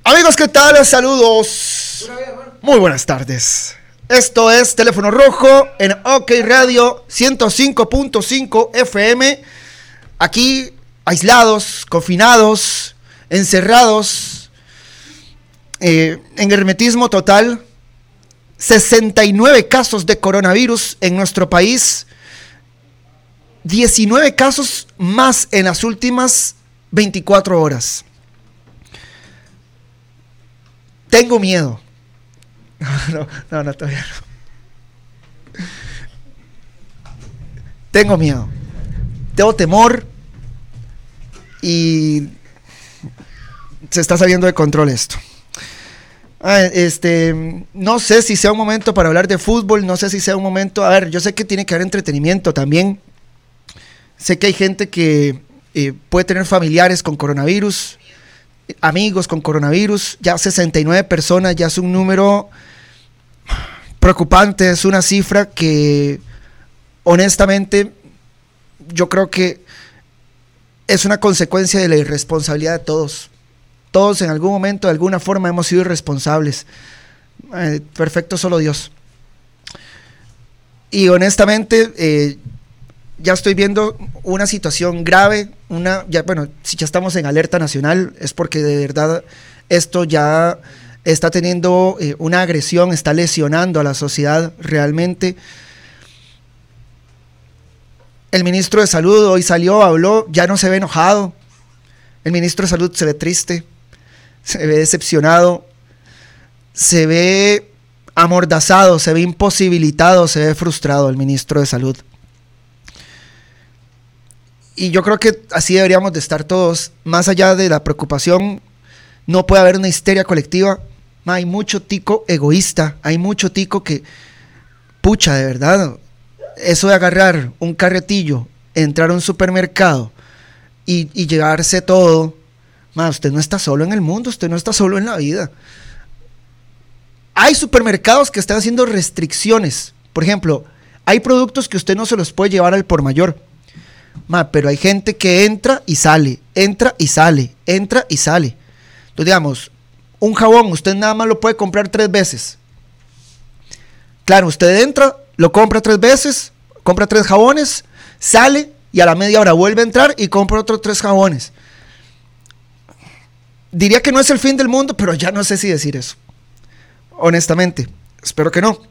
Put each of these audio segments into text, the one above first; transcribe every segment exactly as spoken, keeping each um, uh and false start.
Amigos, ¿qué tal? Saludos. Muy buenas tardes. Esto es Teléfono Rojo en OK Radio ciento cinco punto cinco F M. Aquí, aislados, confinados, encerrados, eh, en hermetismo total. sesenta y nueve casos de coronavirus en nuestro país. diecinueve casos más en las últimas veinticuatro horas. Tengo miedo. No, no, no, todavía no. Tengo miedo. Tengo temor. Y se está saliendo de control esto. Ah, este, no sé si sea un momento para hablar de fútbol. No sé si sea un momento. A ver, yo sé que tiene que haber entretenimiento también. Sé que hay gente que eh, puede tener familiares con coronavirus, amigos con coronavirus. Ya sesenta y nueve personas, ya es un número preocupante, es una cifra que honestamente yo creo que es una consecuencia de la irresponsabilidad de todos. Todos en algún momento, de alguna forma, hemos sido irresponsables. Eh, perfecto solo Dios. Y honestamente, eh, ya estoy viendo una situación grave, una, ya, bueno, si ya estamos en alerta nacional, es porque de verdad esto ya está teniendo eh, una agresión, está lesionando a la sociedad realmente. El ministro de Salud hoy salió, habló, ya no se ve enojado. El ministro de Salud se ve triste, se ve decepcionado, se ve amordazado, se ve imposibilitado, se ve frustrado el ministro de Salud. Y yo creo que así deberíamos de estar todos, más allá de la preocupación. No puede haber una histeria colectiva. Hay mucho tico egoísta, hay mucho tico que, pucha, de verdad, eso de agarrar un carretillo, entrar a un supermercado y, y llevarse todo, ma, usted no está solo en el mundo, usted no está solo en la vida. Hay supermercados que están haciendo restricciones. Por ejemplo, hay productos que usted no se los puede llevar al por mayor. Ma, pero hay gente que entra y sale, entra y sale, entra y sale. Entonces, digamos, un jabón, usted nada más lo puede comprar tres veces. Claro, usted entra, lo compra tres veces, compra tres jabones, sale y a la media hora vuelve a entrar y compra otros tres jabones. Diría que no es el fin del mundo, pero ya no sé si decir eso. Honestamente, espero que no.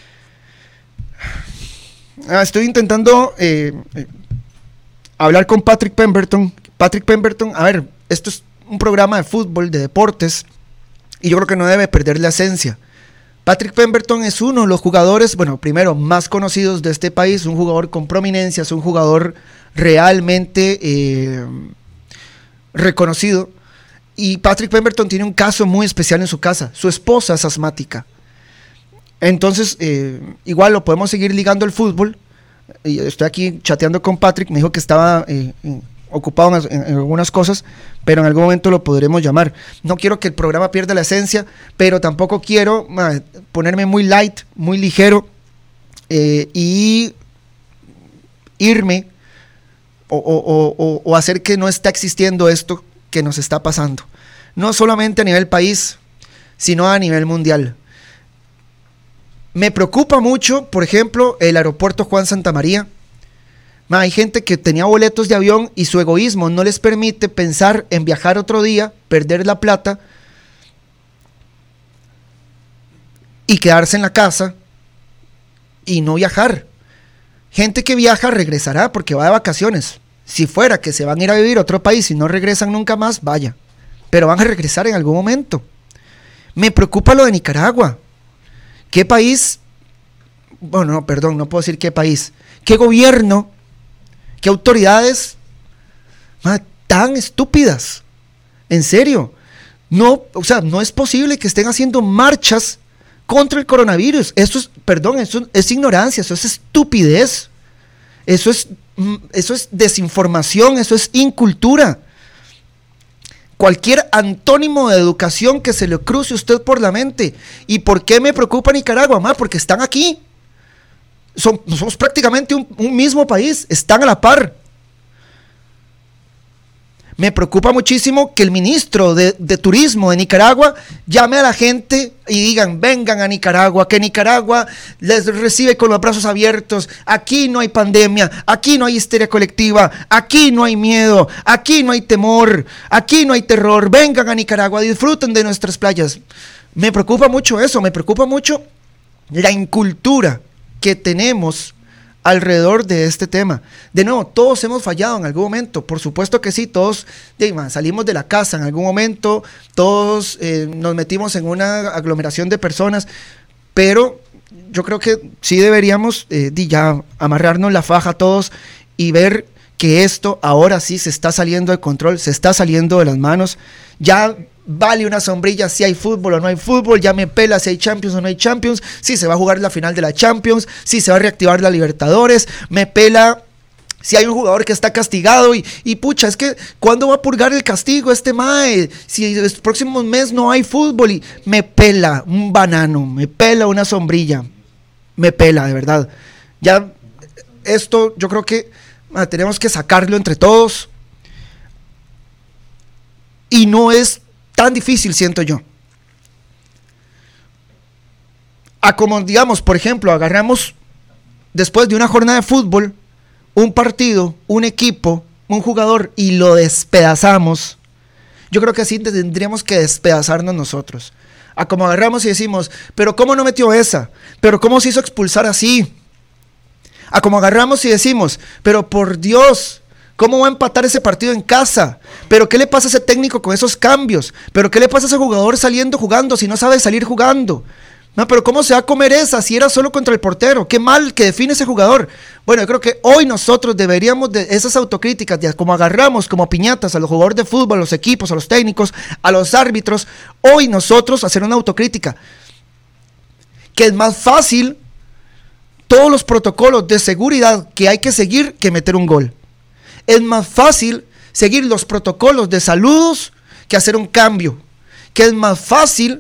Ah, estoy intentando eh, eh, hablar con Patrick Pemberton. Patrick Pemberton, a ver, esto es un programa de fútbol, de deportes, y yo creo que no debe perder la esencia. Patrick Pemberton es uno de los jugadores, bueno, primero, más conocidos de este país, un jugador con prominencia, es un jugador realmente eh, reconocido. Y Patrick Pemberton tiene un caso muy especial en su casa. Su esposa es asmática. Entonces, eh, igual lo podemos seguir ligando al fútbol. Y estoy aquí chateando con Patrick, me dijo que estaba eh, ocupado en, en, en algunas cosas, pero en algún momento lo podremos llamar. No quiero que el programa pierda la esencia, pero tampoco quiero ma, ponerme muy light, muy ligero eh, y irme o, o, o, o hacer que no está existiendo esto que nos está pasando, no solamente a nivel país, sino a nivel mundial. Me preocupa mucho, por ejemplo, el aeropuerto Juan Santamaría. Ma, hay gente que tenía boletos de avión y su egoísmo no les permite pensar en viajar otro día, perder la plata y quedarse en la casa y no viajar. Gente que viaja regresará porque va de vacaciones. Si fuera que se van a ir a vivir a otro país y no regresan nunca más, vaya. Pero van a regresar en algún momento. Me preocupa lo de Nicaragua. ¿Qué país? Bueno, no, perdón, no puedo decir qué país. ¿Qué gobierno? ¿Qué autoridades? Ma, tan estúpidas. En serio. No, o sea, no es posible que estén haciendo marchas contra el coronavirus. Eso es, perdón, eso es ignorancia, eso es estupidez. Eso es, eso es desinformación, eso es incultura. Cualquier antónimo de educación que se le cruce a usted por la mente. ¿Y por qué me preocupa Nicaragua? Ma, porque están aquí. Son, somos prácticamente un, un mismo país, están a la par. Me preocupa muchísimo que el ministro de, de Turismo de Nicaragua llame a la gente y digan, vengan a Nicaragua, que Nicaragua les recibe con los brazos abiertos. Aquí no hay pandemia, aquí no hay histeria colectiva, aquí no hay miedo, aquí no hay temor, aquí no hay terror. Vengan a Nicaragua, disfruten de nuestras playas. Me preocupa mucho eso, me preocupa mucho la incultura que tenemos alrededor de este tema. De nuevo, todos hemos fallado en algún momento, por supuesto que sí, todos de, man, salimos de la casa en algún momento, todos eh, nos metimos en una aglomeración de personas, pero yo creo que sí deberíamos eh, de ya amarrarnos la faja todos y ver que esto ahora sí se está saliendo de control, se está saliendo de las manos. Ya vale una sombrilla si hay fútbol o no hay fútbol, ya me pela si hay Champions o no hay Champions, si se va a jugar la final de la Champions, si se va a reactivar la Libertadores, me pela si hay un jugador que está castigado y, y pucha, es que ¿cuándo va a purgar el castigo este mae? Si el próximo mes no hay fútbol y me pela un banano, me pela una sombrilla, me pela de verdad. Ya esto yo creo que ah, tenemos que sacarlo entre todos y no es tan difícil, siento yo. A como digamos, por ejemplo, agarramos después de una jornada de fútbol, un partido, un equipo, un jugador y lo despedazamos. Yo creo que así tendríamos que despedazarnos nosotros. A como agarramos y decimos, pero ¿cómo no metió esa? ¿Pero cómo se hizo expulsar así? A como agarramos y decimos, pero por Dios, ¿cómo va a empatar ese partido en casa? ¿Pero qué le pasa a ese técnico con esos cambios? ¿Pero qué le pasa a ese jugador saliendo jugando si no sabe salir jugando? No, pero ¿cómo se va a comer esa si era solo contra el portero? Qué mal que define ese jugador. Bueno, yo creo que hoy nosotros deberíamos de esas autocríticas, de como agarramos como piñatas a los jugadores de fútbol, a los equipos, a los técnicos, a los árbitros, hoy nosotros hacer una autocrítica. Que es más fácil todos los protocolos de seguridad que hay que seguir que meter un gol. Es más fácil seguir los protocolos de saludos que hacer un cambio. Que es más fácil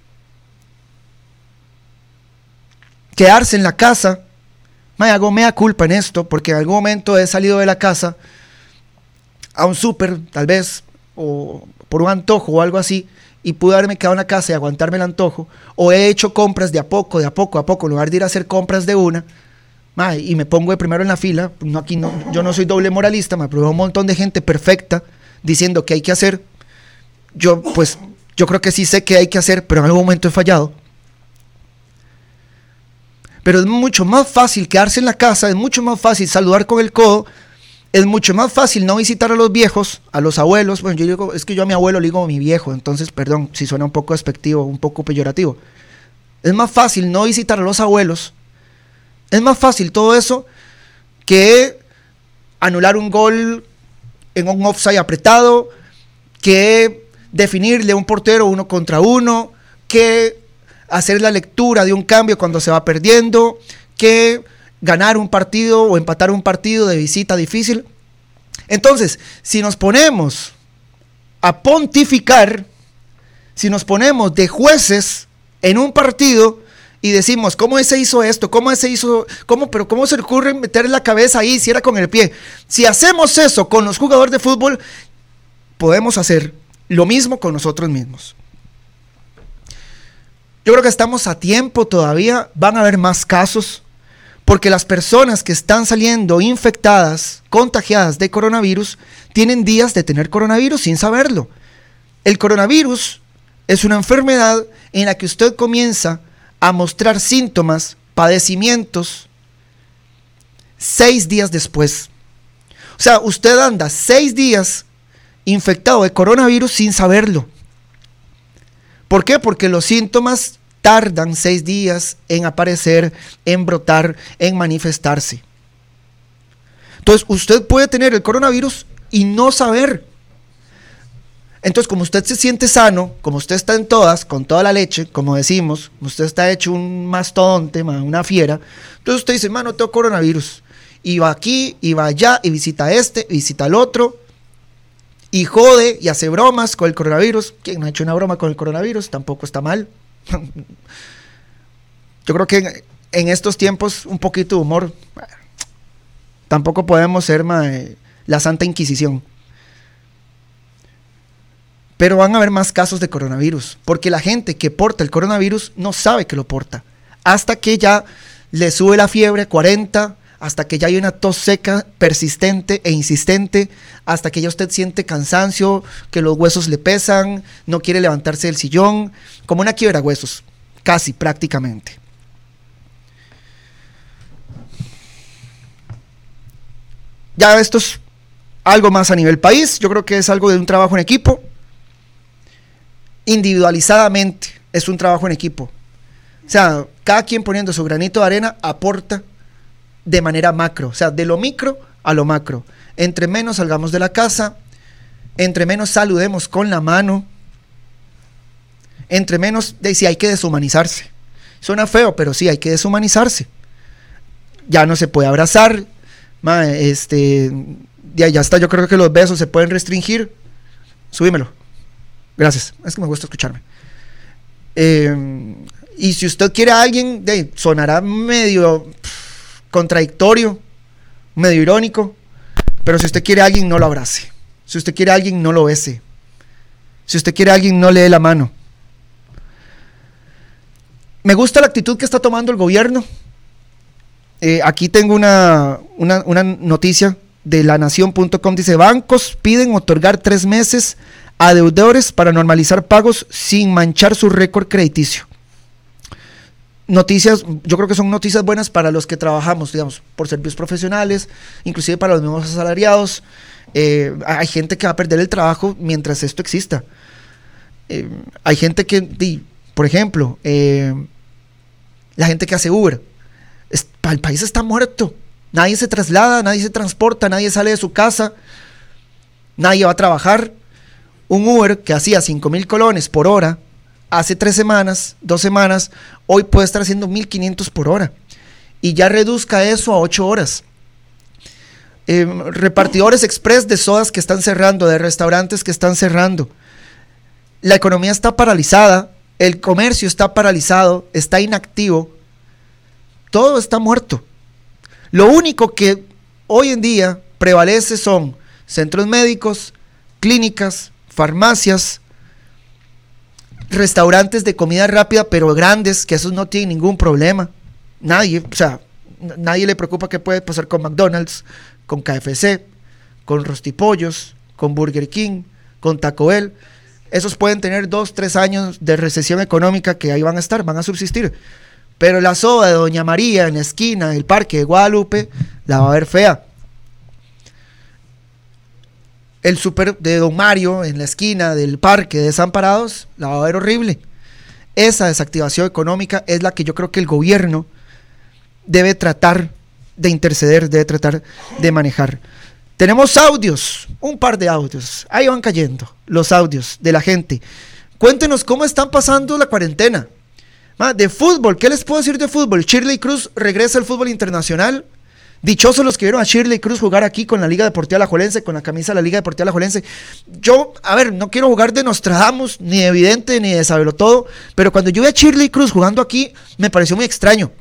quedarse en la casa. Me hago mea culpa en esto, porque en algún momento he salido de la casa a un súper, tal vez, o por un antojo o algo así, y pude haberme quedado en la casa y aguantarme el antojo, o he hecho compras de a poco, de a poco, a poco, en lugar de ir a hacer compras de una, ma, y me pongo de primero en la fila. No, aquí no, yo no soy doble moralista, ma, pero veo un montón de gente perfecta diciendo que hay que hacer. Yo, pues, yo creo que sí sé que hay que hacer, pero en algún momento he fallado. Pero es mucho más fácil quedarse en la casa, es mucho más fácil saludar con el codo, es mucho más fácil no visitar a los viejos, a los abuelos. Bueno, yo digo, es que yo a mi abuelo le digo mi viejo, entonces, perdón, si suena un poco despectivo, un poco peyorativo. Es más fácil no visitar a los abuelos, es más fácil todo eso que anular un gol en un offside apretado, que definirle a un portero uno contra uno, que hacer la lectura de un cambio cuando se va perdiendo, que ganar un partido o empatar un partido de visita difícil. Entonces, si nos ponemos a pontificar, si nos ponemos de jueces en un partido y decimos, ¿cómo ese hizo esto? ¿Cómo ese hizo? ¿Cómo? Pero ¿cómo se le ocurre meter la cabeza ahí si era con el pie? Si hacemos eso con los jugadores de fútbol, podemos hacer lo mismo con nosotros mismos. Yo creo que estamos a tiempo todavía, van a haber más casos, porque las personas que están saliendo infectadas, contagiadas de coronavirus, tienen días de tener coronavirus sin saberlo. El coronavirus es una enfermedad en la que usted comienza a mostrar síntomas, padecimientos, seis días después. O sea, usted anda seis días infectado de coronavirus sin saberlo. ¿Por qué? Porque los síntomas tardan seis días en aparecer, en brotar, en manifestarse. Entonces, usted puede tener el coronavirus y no saber. Entonces, como usted se siente sano, como usted está en todas, con toda la leche, como decimos, usted está hecho un mastodonte, una fiera, entonces usted dice, mano, tengo coronavirus. Y va aquí, y va allá, y visita a este, y visita al otro, y jode, y hace bromas con el coronavirus. ¿Quién no ha hecho una broma con el coronavirus? Tampoco está mal. Yo creo que en, en estos tiempos un poquito de humor, tampoco podemos ser ma, la Santa Inquisición. pero van a haber más casos de coronavirus, porque la gente que porta el coronavirus no sabe que lo porta, hasta que ya le sube la fiebre a cuarenta, hasta que ya hay una tos seca persistente e insistente, hasta que ya usted siente cansancio, que los huesos le pesan, no quiere levantarse del sillón, como una quiebra huesos, casi prácticamente. Ya esto es algo más a nivel país, yo creo que es algo de un trabajo en equipo. Individualizadamente es un trabajo en equipo. O sea, cada quien poniendo su granito de arena aporta de manera macro, o sea, de lo micro a lo macro. Entre menos salgamos de la casa, entre menos saludemos con la mano, entre menos, de, sí, hay que deshumanizarse. Suena feo, pero sí, hay que deshumanizarse. Ya no se puede abrazar, ma, este, ya, ya está, yo creo que los besos se pueden restringir. Subímelo. Gracias, es que me gusta escucharme. Eh, y si usted quiere a alguien, de, sonará medio pff, contradictorio, medio irónico, pero si usted quiere a alguien, no lo abrace. Si usted quiere a alguien, no lo bese. Si usted quiere a alguien, no le dé la mano. Me gusta la actitud que está tomando el gobierno. Eh, aquí tengo una, una, una noticia de la nación punto com, dice: bancos piden otorgar tres meses a deudores para normalizar pagos sin manchar su récord crediticio. Noticias, yo creo que son noticias buenas para los que trabajamos, digamos, por servicios profesionales, inclusive para los mismos asalariados. Eh, hay gente que va a perder el trabajo mientras esto exista. Eh, hay gente que, di, por ejemplo, eh, la gente que hace Uber, es, el país está muerto. Nadie se traslada, nadie se transporta, nadie sale de su casa, nadie va a trabajar. Un Uber que hacía cinco mil colones por hora hace tres semanas, dos semanas, hoy puede estar haciendo mil quinientos por hora. Y ya reduzca eso a ocho horas. Eh, repartidores express de sodas que están cerrando, de restaurantes que están cerrando. La economía está paralizada, el comercio está paralizado, está inactivo. Todo está muerto. Lo único que hoy en día prevalece son centros médicos, clínicas, farmacias, restaurantes de comida rápida, pero grandes, que esos no tienen ningún problema. Nadie, o sea, nadie le preocupa qué puede pasar con McDonald's, con K F C, con Rostipollos, con Burger King, con Taco Bell. Esos pueden tener dos, tres años de recesión económica que ahí van a estar, van a subsistir. Pero la soda de Doña María en la esquina del Parque de Guadalupe la va a ver fea. El súper de Don Mario en la esquina del Parque de Desamparados la va a ver horrible. Esa desactivación económica es la que yo creo que el gobierno debe tratar de interceder, debe tratar de manejar. Tenemos audios, un par de audios, ahí van cayendo los audios de la gente. Cuéntenos cómo están pasando la cuarentena. Ma, de fútbol, ¿qué les puedo decir de fútbol? Shirley Cruz regresa al fútbol internacional. Dichosos los que vieron a Shirley Cruz jugar aquí con la Liga Deportiva Alajuelense, con la camisa de la Liga Deportiva Alajuelense. Yo, a ver, no quiero jugar de Nostradamus, ni de vidente, ni de sabelotodo, pero cuando yo vi a Shirley Cruz jugando aquí, me pareció muy extraño.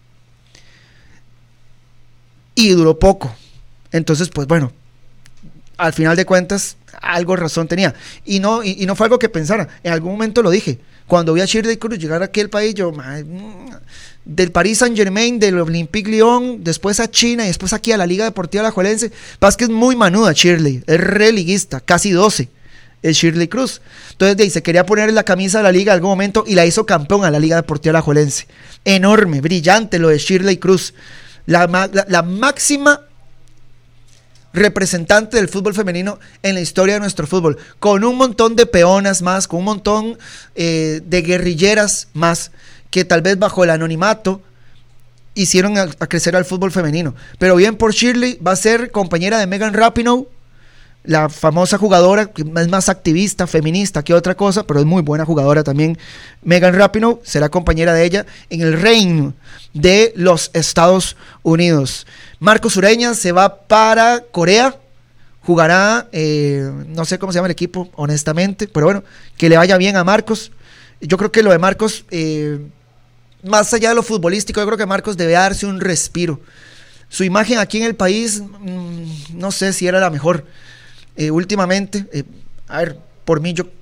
Y duró poco. Entonces, pues bueno, al final de cuentas, algo razón tenía. Y no, y, y no fue algo que pensara. En algún momento lo dije. Cuando vi a Shirley Cruz llegar aquí al país, yo, del Paris Saint Germain, del Olympique Lyon, después a China y después aquí a la Liga Deportiva Alajuelense. Pasa que es muy manuda Shirley, es re liguista, casi doce, es Shirley Cruz. Entonces de ahí, se quería poner la camisa de la Liga en algún momento y la hizo campeón a la Liga Deportiva Alajuelense. Enorme, brillante lo de Shirley Cruz. La, la, la máxima representante del fútbol femenino en la historia de nuestro fútbol, con un montón de peonas más, con un montón eh, de guerrilleras más, que tal vez bajo el anonimato hicieron a, a crecer al fútbol femenino. Pero bien por Shirley, va a ser compañera de Megan Rapinoe, la famosa jugadora, que es más activista, feminista que otra cosa, pero es muy buena jugadora también. Megan Rapinoe será compañera de ella en el reino de los Estados Unidos. Marcos Ureña se va para Corea, jugará, eh, no sé cómo se llama el equipo, honestamente, pero bueno, que le vaya bien a Marcos. Yo creo que lo de Marcos, eh, más allá de lo futbolístico, yo creo que Marcos debe darse un respiro. Su imagen aquí en el país, mmm, no sé si era la mejor. Eh, últimamente, eh, a ver, por mí yo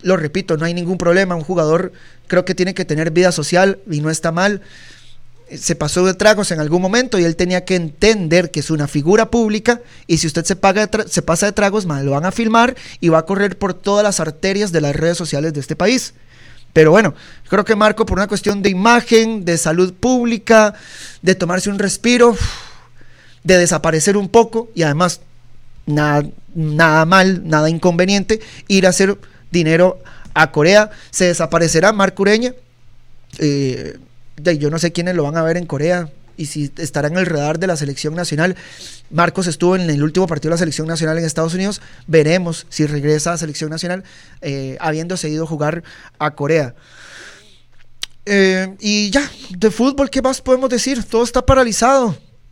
lo repito, no hay ningún problema, un jugador creo que tiene que tener vida social y no está mal. Se pasó de tragos en algún momento y él tenía que entender que es una figura pública y si usted se, paga de tra- se pasa de tragos, man, lo van a filmar y va a correr por todas las arterias de las redes sociales de este país. Pero bueno, creo que Marco, por una cuestión de imagen, de salud pública, de tomarse un respiro, de desaparecer un poco y además nada, nada mal, nada inconveniente, ir a hacer dinero a Corea. Se desaparecerá Marco Ureña. Eh, yo no sé quiénes lo van a ver en Corea y si estará en el radar de la selección nacional. Marcos estuvo en el último partido de la selección nacional en Estados Unidos. Veremos si regresa a la selección nacional eh, habiéndose ido a jugar a Corea. Eh, y ya, de fútbol, ¿qué más podemos decir? Todo está paralizado.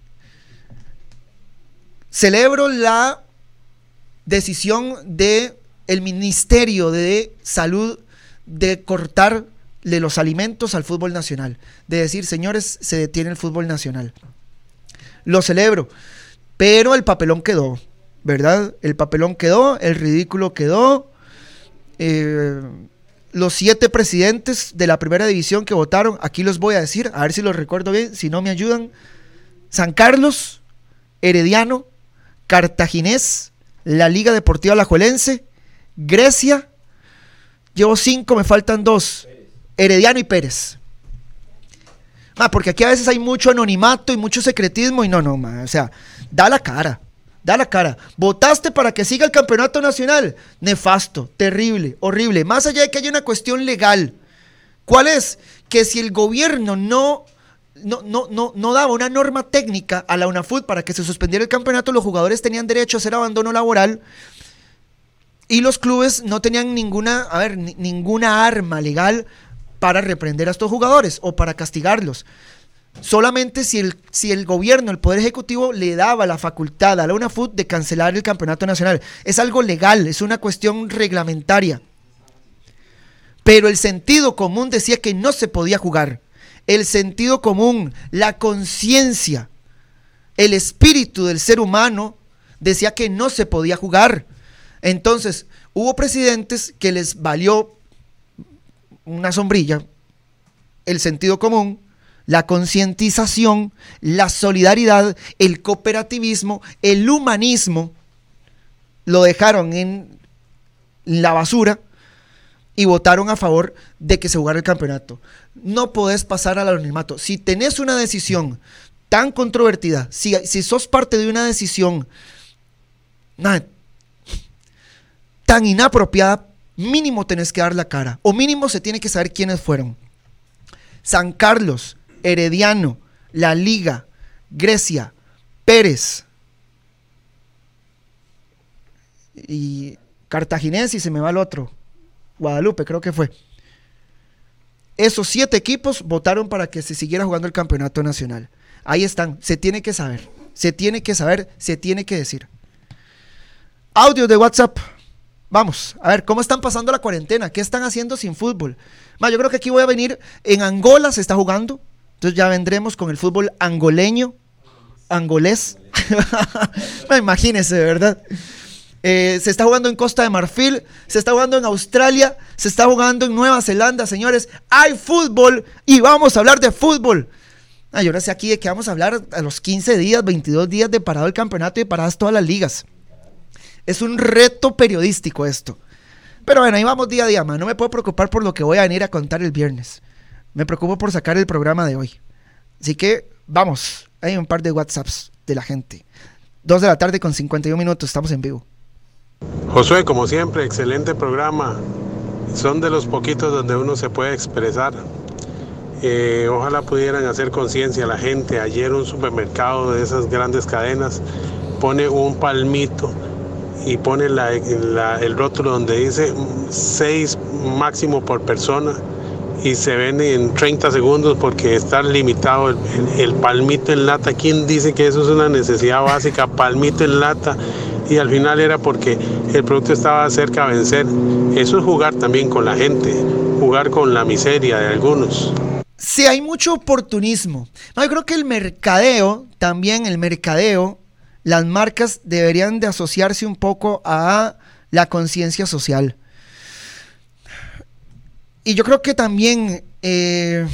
Celebro la decisión de el Ministerio de Salud de cortarle los alimentos al fútbol nacional, de decir, señores, se detiene el fútbol nacional. Lo celebro, pero el papelón quedó, ¿verdad? El papelón quedó, el ridículo quedó. Eh, los siete presidentes de la primera división que votaron, aquí los voy a decir, a ver si los recuerdo bien, si no me ayudan: San Carlos, Herediano, Cartaginés, la Liga Deportiva Alajuelense, Grecia, llevo cinco, me faltan dos, Herediano y Pérez. Ah, porque aquí a veces hay mucho anonimato y mucho secretismo y no, no, ma, o sea, da la cara, da la cara. Votaste para que siga el campeonato nacional, nefasto, terrible, horrible. Más allá de que haya una cuestión legal, ¿cuál es? Que si el gobierno no, no, no, no, no daba una norma técnica a la UNAFUT para que se suspendiera el campeonato, los jugadores tenían derecho a hacer abandono laboral y los clubes no tenían ninguna, a ver, ni, ninguna arma legal para reprender a estos jugadores o para castigarlos. Solamente si el, si el gobierno, el Poder Ejecutivo, le daba la facultad a la UNAFUT de cancelar el campeonato nacional. Es algo legal, es una cuestión reglamentaria. Pero el sentido común decía que no se podía jugar. El sentido común, la conciencia, el espíritu del ser humano decía que no se podía jugar. Entonces, hubo presidentes que les valió una sombrilla el sentido común, la concientización, la solidaridad, el cooperativismo, el humanismo, lo dejaron en la basura y votaron a favor de que se jugara el campeonato. No podés pasar al anonimato. Si tenés una decisión tan controvertida, si, si sos parte de una decisión nah, tan inapropiada, mínimo tenés que dar la cara, o mínimo se tiene que saber quiénes fueron. San Carlos, Herediano, La Liga, Grecia, Pérez y Cartaginés, y se me va el otro, Guadalupe creo que fue. Esos siete equipos votaron para que se siguiera jugando el campeonato nacional. Ahí están, se tiene que saber, se tiene que saber, se tiene que decir. Audio de WhatsApp. Vamos, a ver, ¿cómo están pasando la cuarentena? ¿Qué están haciendo sin fútbol? Ma, yo creo que aquí voy a venir, en Angola se está jugando, entonces ya vendremos con el fútbol angoleño, angolés. Ma, imagínense, ¿verdad? Eh, se está jugando en Costa de Marfil, se está jugando en Australia, se está jugando en Nueva Zelanda, señores. Hay fútbol y vamos a hablar de fútbol. Ah, yo ahora sé aquí de que vamos a hablar a los quince días, veintidós días de parado el campeonato y de paradas todas las ligas. Es un reto periodístico esto. Pero bueno, ahí vamos día a día, man. No me puedo preocupar por lo que voy a venir a contar el viernes. Me preocupo por sacar el programa de hoy. Así que, vamos. Hay un par de WhatsApps de la gente. Dos de la tarde con cincuenta y un minutos. Estamos en vivo. Josué, como siempre, excelente programa. Son de los poquitos donde uno se puede expresar. Eh, ojalá pudieran hacer conciencia a la gente. Ayer un supermercado de esas grandes cadenas pone un palmito y pone la, la, el rótulo donde dice seis máximo por persona y se vende en treinta segundos porque está limitado el, el, el palmito en lata. ¿Quién dice que eso es una necesidad básica? Palmito en lata, y al final era porque el producto estaba cerca de vencer. Eso es jugar también con la gente, jugar con la miseria de algunos. Sí, hay mucho oportunismo. No, yo creo que el mercadeo, también el mercadeo, las marcas deberían de asociarse un poco a la conciencia social. y yo creo que también eh,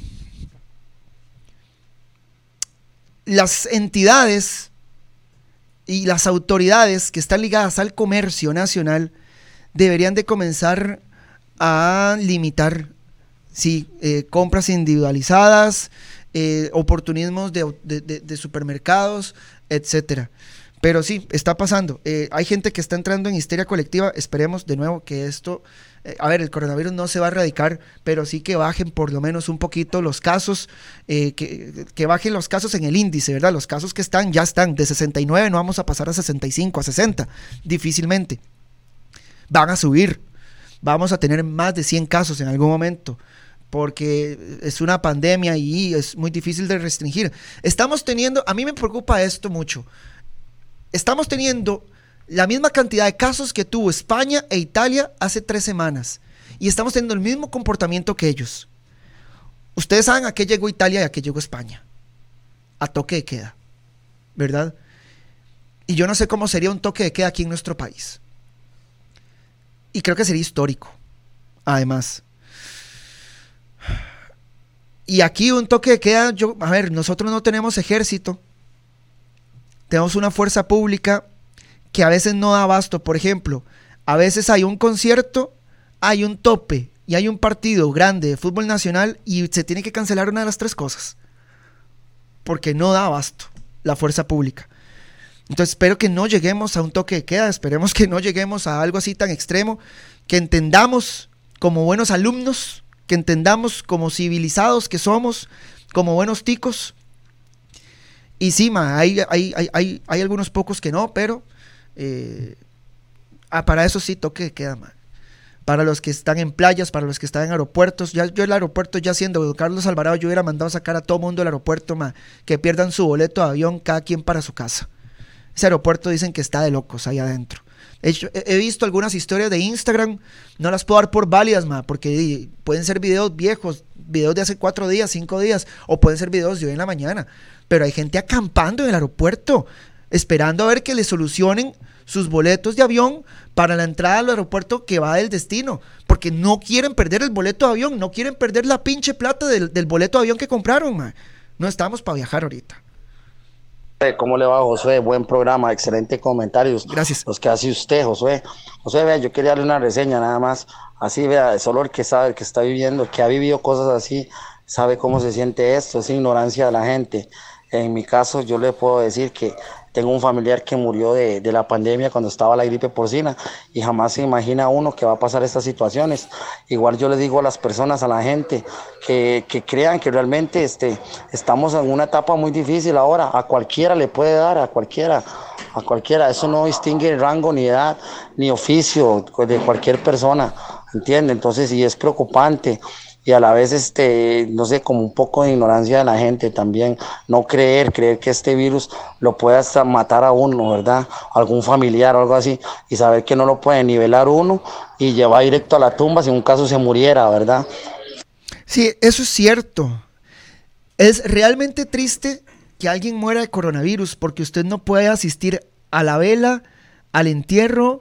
las entidades y las autoridades que están ligadas al comercio nacional deberían de comenzar a limitar, sí, eh, compras individualizadas, eh, oportunismos de, de, de, de supermercados, etcétera. Pero sí, está pasando. Eh, hay gente que está entrando en histeria colectiva. Esperemos de nuevo que esto, eh, a ver, el coronavirus no se va a erradicar, pero sí que bajen por lo menos un poquito los casos, eh, que, que bajen los casos en el índice, ¿verdad? Los casos que están, ya están. De sesenta y nueve no vamos a pasar a sesenta y cinco, a sesenta, difícilmente. Van a subir. Vamos a tener más de cien casos en algún momento, porque es una pandemia y es muy difícil de restringir. Estamos teniendo, a mí me preocupa esto mucho. Estamos teniendo la misma cantidad de casos que tuvo España e Italia hace tres semanas. Y estamos teniendo el mismo comportamiento que ellos. Ustedes saben a qué llegó Italia y a qué llegó España. A toque de queda, ¿verdad? Y yo no sé cómo sería un toque de queda aquí en nuestro país. Y creo que sería histórico, además. Y aquí un toque de queda, yo, a ver, nosotros no tenemos ejército. Tenemos una fuerza pública que a veces no da abasto. Por ejemplo, a veces hay un concierto, hay un tope y hay un partido grande de fútbol nacional y se tiene que cancelar una de las tres cosas. Porque no da abasto la fuerza pública. Entonces espero que no lleguemos a un toque de queda, esperemos que no lleguemos a algo así tan extremo, que entendamos como buenos alumnos, que entendamos como civilizados que somos, como buenos ticos. Y sí, ma, hay, hay, hay, hay, hay algunos pocos que no, pero eh, ah, para eso sí toque de queda, ma. Para los que están en playas, para los que están en aeropuertos. Ya, yo el aeropuerto, ya siendo don Carlos Alvarado, yo hubiera mandado sacar a todo mundo del aeropuerto, ma, que pierdan su boleto de avión, cada quien para su casa. Ese aeropuerto dicen que está de locos ahí adentro. He, hecho, he, he visto algunas historias de Instagram, no las puedo dar por válidas, ma, porque pueden ser videos viejos, videos de hace cuatro días, cinco días, o pueden ser videos de hoy en la mañana. Pero hay gente acampando en el aeropuerto, esperando a ver que le solucionen sus boletos de avión para la entrada al aeropuerto que va del destino, porque no quieren perder el boleto de avión, no quieren perder la pinche plata del, del boleto de avión que compraron, ma. No estamos para viajar ahorita. ¿Cómo le va, Josué? Buen programa, excelente comentarios. Gracias. Los que hace usted, Josué. Josué, vea, yo quería darle una reseña nada más. Así, vea, solo el que sabe, el que está viviendo, el que ha vivido cosas así, sabe cómo se siente esto, es ignorancia de la gente. En mi caso, yo le puedo decir que tengo un familiar que murió de, de la pandemia cuando estaba la gripe porcina y jamás se imagina uno que va a pasar estas situaciones. Igual yo le digo a las personas, a la gente, que, que crean que realmente este, estamos en una etapa muy difícil ahora. A cualquiera le puede dar, a cualquiera, a cualquiera. Eso no distingue rango, ni edad, ni oficio de cualquier persona, ¿entiende? Entonces, sí es preocupante. Y a la vez, este, no sé, como un poco de ignorancia de la gente también, no creer, creer que este virus lo puede hasta matar a uno, ¿verdad? Algún familiar o algo así, y saber que no lo puede nivelar uno y llevar directo a la tumba si en un caso se muriera, ¿verdad? Sí, eso es cierto. Es realmente triste que alguien muera de coronavirus porque usted no puede asistir a la vela, al entierro,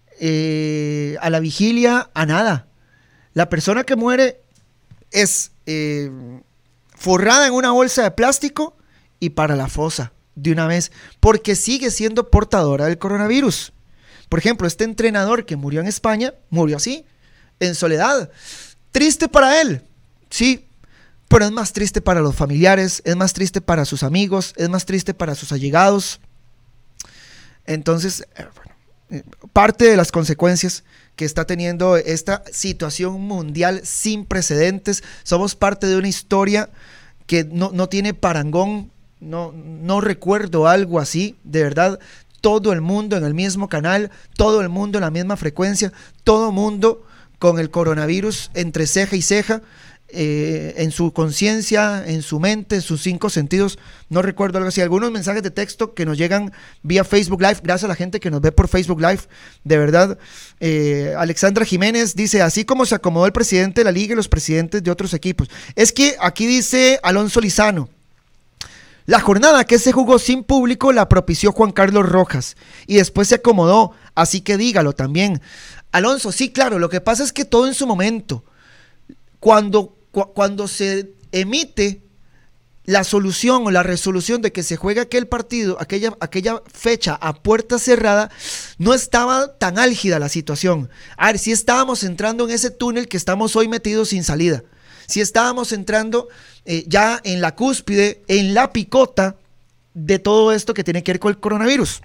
eh, a la vigilia, a nada. La persona que muere es eh, forrada en una bolsa de plástico y para la fosa de una vez, porque sigue siendo portadora del coronavirus. Por ejemplo, este entrenador que murió en España, murió así, en soledad. Triste para él, sí, pero es más triste para los familiares, es más triste para sus amigos, es más triste para sus allegados. Entonces, eh, bueno, eh, parte de las consecuencias que está teniendo esta situación mundial sin precedentes. Somos parte de una historia que no, no tiene parangón, no, no recuerdo algo así, de verdad. Todo el mundo en el mismo canal, todo el mundo en la misma frecuencia, todo el mundo con el coronavirus entre ceja y ceja, eh, en su conciencia, en su mente, en sus cinco sentidos. No recuerdo algo así. Algunos mensajes de texto que nos llegan vía Facebook Live, gracias a la gente que nos ve por Facebook Live, de verdad. eh, Alexandra Jiménez dice, así como se acomodó el presidente de la liga y los presidentes de otros equipos. Es que aquí dice Alonso Lizano, la jornada que se jugó sin público la propició Juan Carlos Rojas y después se acomodó, así que dígalo también. Alonso, sí, claro, lo que pasa es que todo en su momento. cuando, cu- cuando se emite la solución o la resolución de que se juegue aquel partido, aquella, aquella fecha a puerta cerrada, no estaba tan álgida la situación. A ver, sí estábamos entrando en ese túnel que estamos hoy metidos sin salida. Sí estábamos entrando eh, ya en la cúspide, en la picota de todo esto que tiene que ver con el coronavirus.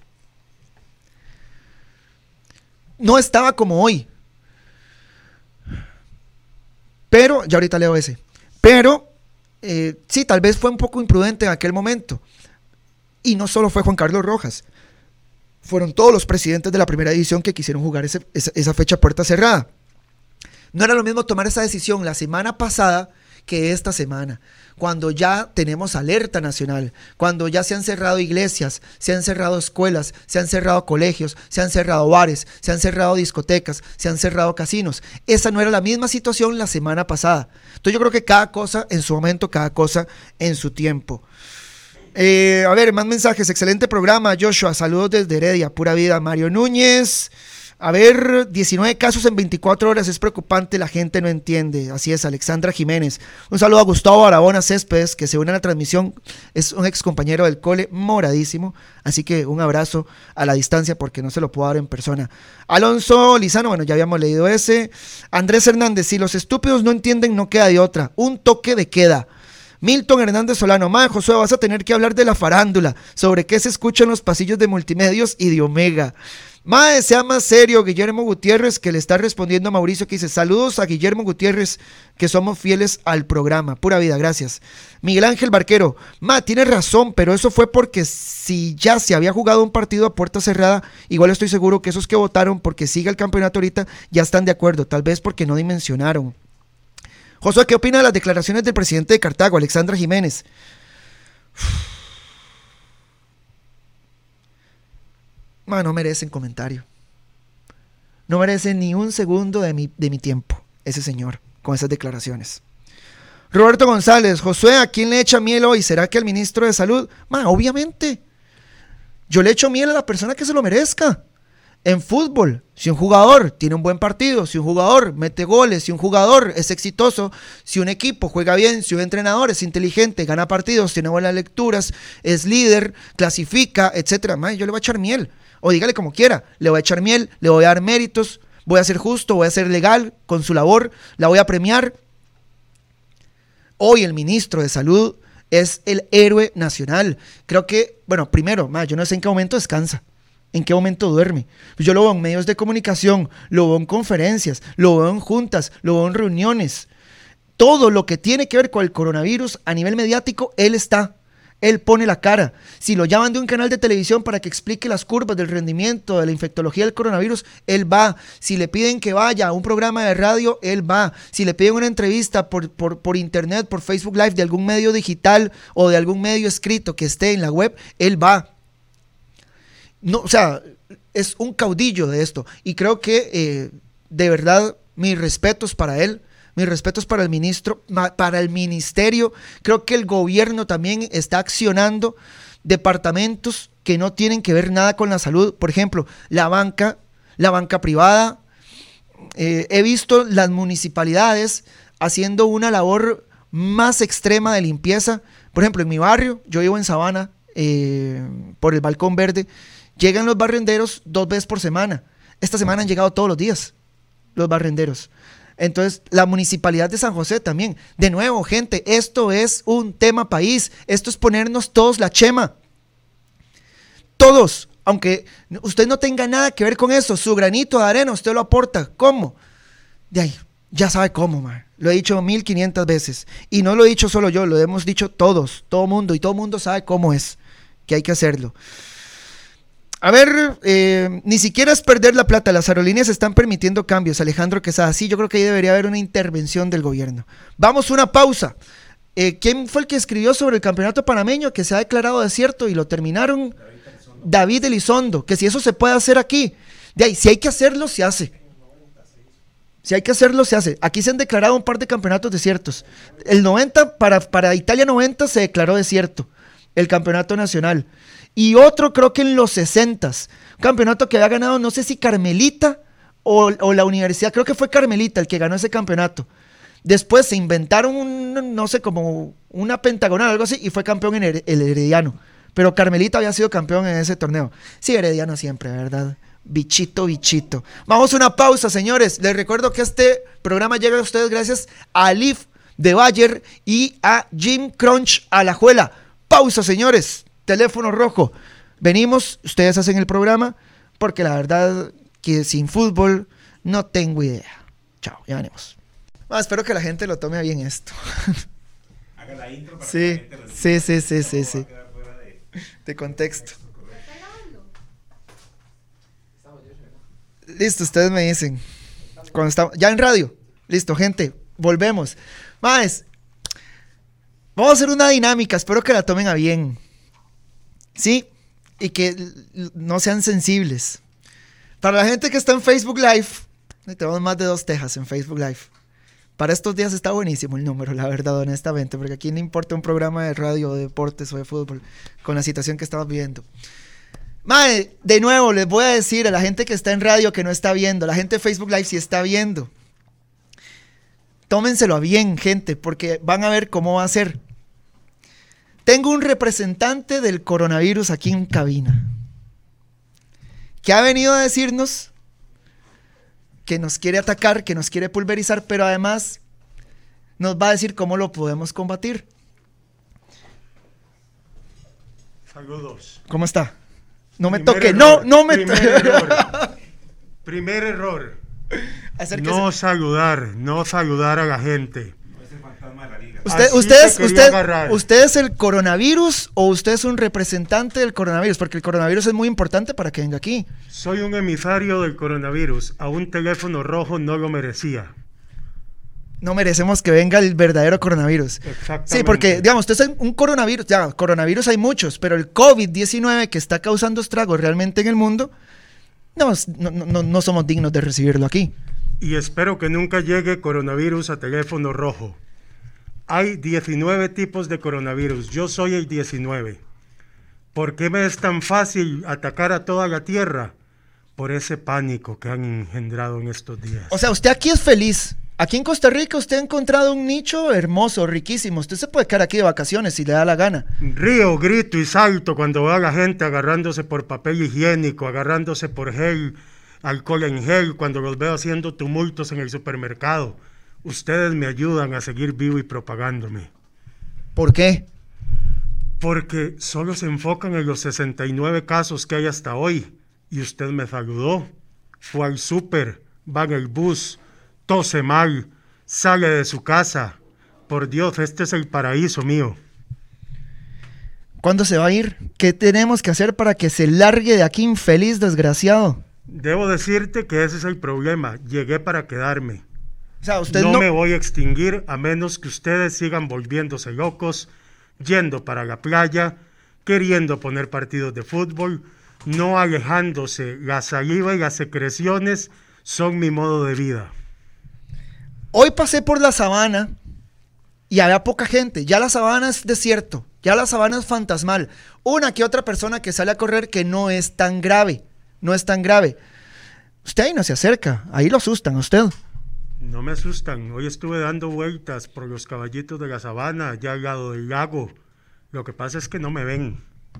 No estaba como hoy. Pero, ya ahorita leo ese. Pero... Eh, sí, tal vez fue un poco imprudente en aquel momento. Y no solo fue Juan Carlos Rojas, fueron todos los presidentes de la primera división que quisieron jugar ese, esa, esa fecha a puerta cerrada. No era lo mismo tomar esa decisión la semana pasada que esta semana, cuando ya tenemos alerta nacional, cuando ya se han cerrado iglesias, se han cerrado escuelas, se han cerrado colegios, se han cerrado bares, se han cerrado discotecas, se han cerrado casinos. Esa no era la misma situación la semana pasada. Entonces yo creo que cada cosa en su momento, cada cosa en su tiempo. Eh, a ver, más mensajes. Excelente programa, Joshua. Saludos desde Heredia, pura vida. Mario Núñez. A ver, diecinueve casos en veinticuatro horas, es preocupante, la gente no entiende. Así es, Alexandra Jiménez. Un saludo a Gustavo Barahona Céspedes, que se une a la transmisión, es un ex compañero del cole, moradísimo. Así que un abrazo a la distancia porque no se lo puedo dar en persona. Alonso Lizano, bueno, ya habíamos leído ese. Andrés Hernández, si los estúpidos no entienden, no queda de otra. Un toque de queda. Milton Hernández Solano, ma, Josué, vas a tener que hablar de la farándula, sobre qué se escucha en los pasillos de Multimedios y de Omega. Mae, sea más serio, Guillermo Gutiérrez, que le está respondiendo a Mauricio, que dice, saludos a Guillermo Gutiérrez, que somos fieles al programa, pura vida, gracias. Miguel Ángel Barquero, ma, tiene razón, pero eso fue porque si ya se había jugado un partido a puerta cerrada, igual estoy seguro que esos que votaron porque siga el campeonato ahorita, ya están de acuerdo, tal vez porque no dimensionaron. Josué, ¿qué opina de las declaraciones del presidente de Cartago, Alexandra Jiménez? Ma, no merecen comentario. No merece ni un segundo de mi, de mi tiempo, ese señor, con esas declaraciones. Roberto González, Josué, ¿a quién le echa miel hoy? ¿Será que al ministro de Salud? Ma, obviamente. Yo le echo miel a la persona que se lo merezca. En fútbol, si un jugador tiene un buen partido, si un jugador mete goles, si un jugador es exitoso, si un equipo juega bien, si un entrenador es inteligente, gana partidos, tiene buenas lecturas, es líder, clasifica, etcétera, ma, yo le voy a echar miel. O dígale como quiera, le voy a echar miel, le voy a dar méritos, voy a ser justo, voy a ser legal con su labor, la voy a premiar. Hoy el ministro de Salud es el héroe nacional. Creo que, bueno, primero, ma, yo no sé en qué momento descansa, en qué momento duerme. Yo lo veo en medios de comunicación, lo veo en conferencias, lo veo en juntas, lo veo en reuniones. Todo lo que tiene que ver con el coronavirus a nivel mediático, él está. Él pone la cara. Si lo llaman de un canal de televisión para que explique las curvas del rendimiento de la infectología del coronavirus, él va. Si le piden que vaya a un programa de radio, él va. Si le piden una entrevista por, por, por internet, por Facebook Live, de algún medio digital o de algún medio escrito que esté en la web, él va. No, o sea, es un caudillo de esto. Y creo que, eh, de verdad, mis respetos para él. Mis respetos para el ministro, para el ministerio. Creo que el gobierno también está accionando departamentos que no tienen que ver nada con la salud. Por ejemplo, la banca, la banca privada. Eh, he visto las municipalidades haciendo una labor más extrema de limpieza. Por ejemplo, en mi barrio, yo vivo en Sabana, eh, por el Balcón Verde, llegan los barrenderos dos veces por semana. Esta semana han llegado todos los días los barrenderos. Entonces, la municipalidad de San José también. De nuevo, gente, esto es un tema país. Esto es ponernos todos la chema. Todos. Aunque usted no tenga nada que ver con eso, su granito de arena usted lo aporta. ¿Cómo? De ahí, ya sabe cómo, man. Lo he dicho mil quinientas veces. Y no lo he dicho solo yo, lo hemos dicho todos, todo mundo. Y todo mundo sabe cómo es, que hay que hacerlo. A ver, eh, ni siquiera es perder la plata, las aerolíneas están permitiendo cambios, Alejandro Quesada, sí, yo creo que ahí debería haber una intervención del gobierno. Vamos a una pausa. Eh, ¿Quién fue el que escribió sobre el campeonato panameño que se ha declarado desierto y lo terminaron? David Elizondo, que si eso se puede hacer aquí, de ahí, si hay que hacerlo, se hace. Si hay que hacerlo, se hace. Aquí se han declarado un par de campeonatos desiertos. El noventa, para, para Italia noventa se declaró desierto, el campeonato nacional. Y otro creo que en los sesentas, un campeonato que había ganado, no sé si Carmelita o, o la universidad, creo que fue Carmelita el que ganó ese campeonato. Después se inventaron, un, no sé, como una pentagonal o algo así, y fue campeón en el, el Herediano. Pero Carmelita había sido campeón en ese torneo. Sí, Herediano siempre, ¿verdad? Bichito, bichito. Vamos a una pausa, señores. Les recuerdo que este programa llega a ustedes gracias a Leaf de Bayer y a Jim Crunch Alajuela. Pausa, señores. Teléfono rojo. Venimos, ustedes hacen el programa, porque la verdad que sin fútbol no tengo idea. Chao, ya venimos. Ah, espero que la gente lo tome bien esto. Haga la intro para sí, que la gente lo sí, sí, sí, sí, no sí. va a quedar fuera de, De contexto. correcto. Listo, ustedes me dicen. Cuando estamos, ya en radio. Listo, gente. Volvemos. Más. Vamos a hacer una dinámica. Espero que la tomen a bien. Sí. Y que no sean sensibles. Para la gente que está en Facebook Live. Tenemos más de dos tejas en Facebook Live. Para estos días está buenísimo el número, la verdad, honestamente. Porque a quién le importa un programa de radio, de deportes o de fútbol. Con la situación que estamos viviendo. Mae, de nuevo les voy a decir a la gente que está en radio que no está viendo, la gente de Facebook Live sí está viendo. Tómenselo a bien, gente, porque van a ver cómo va a ser. Tengo un representante del coronavirus aquí en cabina, que ha venido a decirnos que nos quiere atacar, que nos quiere pulverizar, pero además nos va a decir cómo lo podemos combatir. Saludos. ¿Cómo está? No me Primer toque, error, no, no me primer toque. error. Primer error. Acérquese. No saludar, no saludar a la gente. No es el fantasma de la liga. Usted, Así usted, te es, quería usted, agarrar. ¿Usted es el coronavirus o usted es un representante del coronavirus? Porque el coronavirus es muy importante para que venga aquí. Soy un emisario del coronavirus. A un teléfono rojo no lo merecía. No merecemos que venga el verdadero coronavirus. Exactamente. Sí, porque, digamos, usted es un coronavirus, ya, coronavirus hay muchos, pero el COVID diecinueve que está causando estragos realmente en el mundo, no, no, no, no somos dignos de recibirlo aquí. Y espero que nunca llegue coronavirus a teléfono rojo. Hay diecinueve tipos de coronavirus. Yo soy el diecinueve. ¿Por qué me es tan fácil atacar a toda la Tierra? Por ese pánico que han engendrado en estos días. O sea, usted aquí es feliz. Aquí en Costa Rica usted ha encontrado un nicho hermoso, riquísimo. Usted se puede quedar aquí de vacaciones si le da la gana. Río, grito y salto cuando veo a la gente agarrándose por papel higiénico, agarrándose por gel, alcohol en gel, cuando los veo haciendo tumultos en el supermercado. Ustedes me ayudan a seguir vivo y propagándome. ¿Por qué? Porque solo se enfocan en los sesenta y nueve casos que hay hasta hoy. Y usted me saludó. Fue al súper, va en el bus, tose mal, sale de su casa. Por Dios, este es el paraíso mío. ¿Cuándo se va a ir? ¿Qué tenemos que hacer para que se largue de aquí, infeliz, desgraciado? Debo decirte que ese es el problema. Llegué para quedarme. O sea, usted no, no... me voy a extinguir a menos que ustedes sigan volviéndose locos, yendo para la playa, queriendo poner partidos de fútbol, no alejándose. La saliva y las secreciones son mi modo de vida. Hoy pasé por la sabana y había poca gente. Ya la sabana es desierto, ya la sabana es fantasmal. Una que otra persona que sale a correr que no es tan grave, no es tan grave. Usted ahí no se acerca, ahí lo asustan a usted. No me asustan. Hoy estuve dando vueltas por los caballitos de la sabana, allá al lado del lago. Lo que pasa es que no me ven.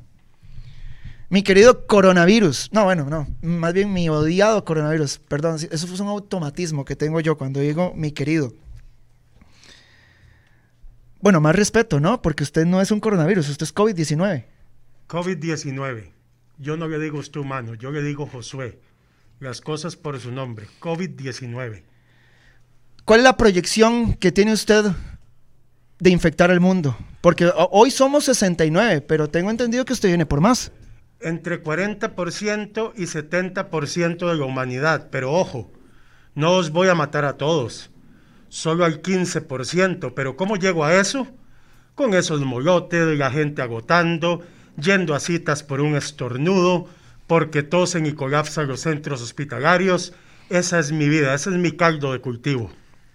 Mi querido coronavirus. No, bueno, no. Más bien mi odiado coronavirus. Perdón, eso fue un automatismo que tengo yo cuando digo mi querido. Bueno, más respeto, ¿no? Porque usted no es un coronavirus, usted es COVID diecinueve. COVID diecinueve. Yo no le digo usted humano, yo le digo Josué. Las cosas por su nombre. COVID diecinueve. ¿Cuál es la proyección que tiene usted de infectar al mundo? Porque hoy somos sesenta y nueve, pero tengo entendido que usted viene por más. Entre cuarenta por ciento y setenta por ciento de la humanidad, pero ojo, no os voy a matar a todos, solo al quince por ciento, pero ¿cómo llego a eso? Con esos molotes, la gente agotando, yendo a citas por un estornudo, porque tosen y colapsan los centros hospitalarios. Esa es mi vida, ese es mi caldo de cultivo.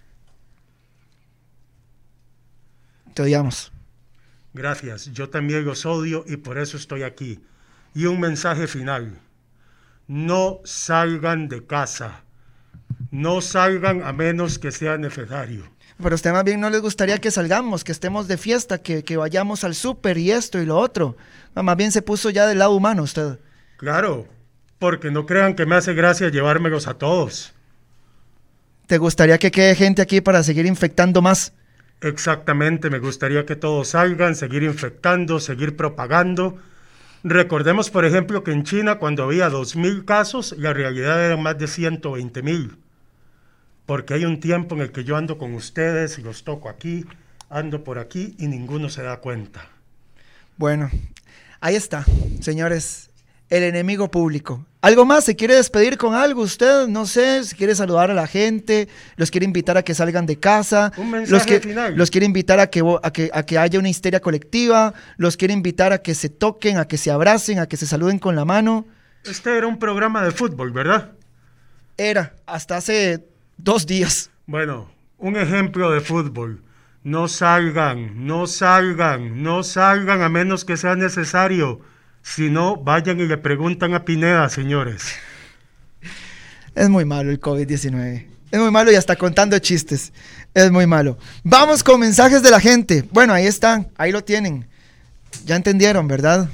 Te odiamos. Gracias, yo también los odio y por eso estoy aquí. Y un mensaje final: no salgan de casa, no salgan a menos que sea necesario. Pero a usted más bien no les gustaría que salgamos, que estemos de fiesta, que, que vayamos al súper y esto y lo otro. Más bien se puso ya del lado humano usted. Claro, porque no crean que me hace gracia llevármelos a todos. ¿Te gustaría que quede gente aquí para seguir infectando más? Exactamente, me gustaría que todos salgan, seguir infectando, seguir propagando. Recordemos, por ejemplo, que en China, cuando había dos mil casos, la realidad eran más de ciento veinte mil. Porque hay un tiempo en el que yo ando con ustedes y los toco aquí, ando por aquí y ninguno se da cuenta. Bueno, ahí está, señores, el enemigo público. ¿Algo más? ¿Se quiere despedir con algo usted? No sé, si quiere saludar a la gente, los quiere invitar a que salgan de casa. Un mensaje los que, final. Los quiere invitar a que, a, que, a que haya una histeria colectiva, los quiere invitar a que se toquen, a que se abracen, a que se saluden con la mano. Este era un programa de fútbol, ¿verdad? Era, hasta hace dos días. Bueno, un ejemplo de fútbol. No salgan, no salgan, no salgan a menos que sea necesario. Si no, vayan y le preguntan a Pineda, señores. Es muy malo el COVID diecinueve. Es muy malo y hasta contando chistes. Es muy malo. Vamos con mensajes de la gente. Bueno, ahí están, ahí lo tienen. Ya entendieron, ¿verdad?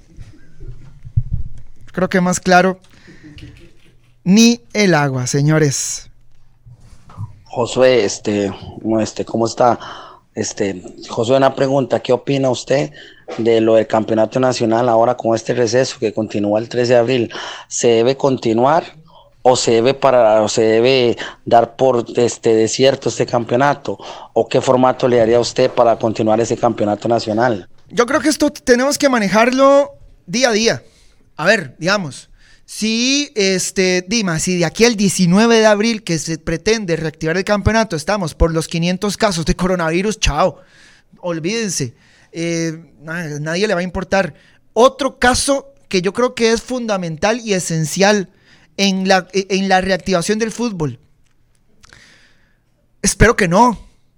Creo que más claro ni el agua, señores. Josué, este, este, ¿cómo está? Este, Josué, una pregunta, ¿qué opina usted de lo del campeonato nacional ahora con este receso que continúa el trece de abril? ¿Se debe continuar o se debe para, o se debe dar por este desierto este campeonato? ¿O qué formato le daría a usted para continuar ese campeonato nacional? Yo creo que esto tenemos que manejarlo día a día. A ver, digamos, si este, Dima, si de aquí al diecinueve de abril que se pretende reactivar el campeonato estamos por los quinientos casos de coronavirus, chao, olvídense, eh, nadie le va a importar. Otro caso que yo creo que es fundamental y esencial en la, en la reactivación del fútbol, espero que no,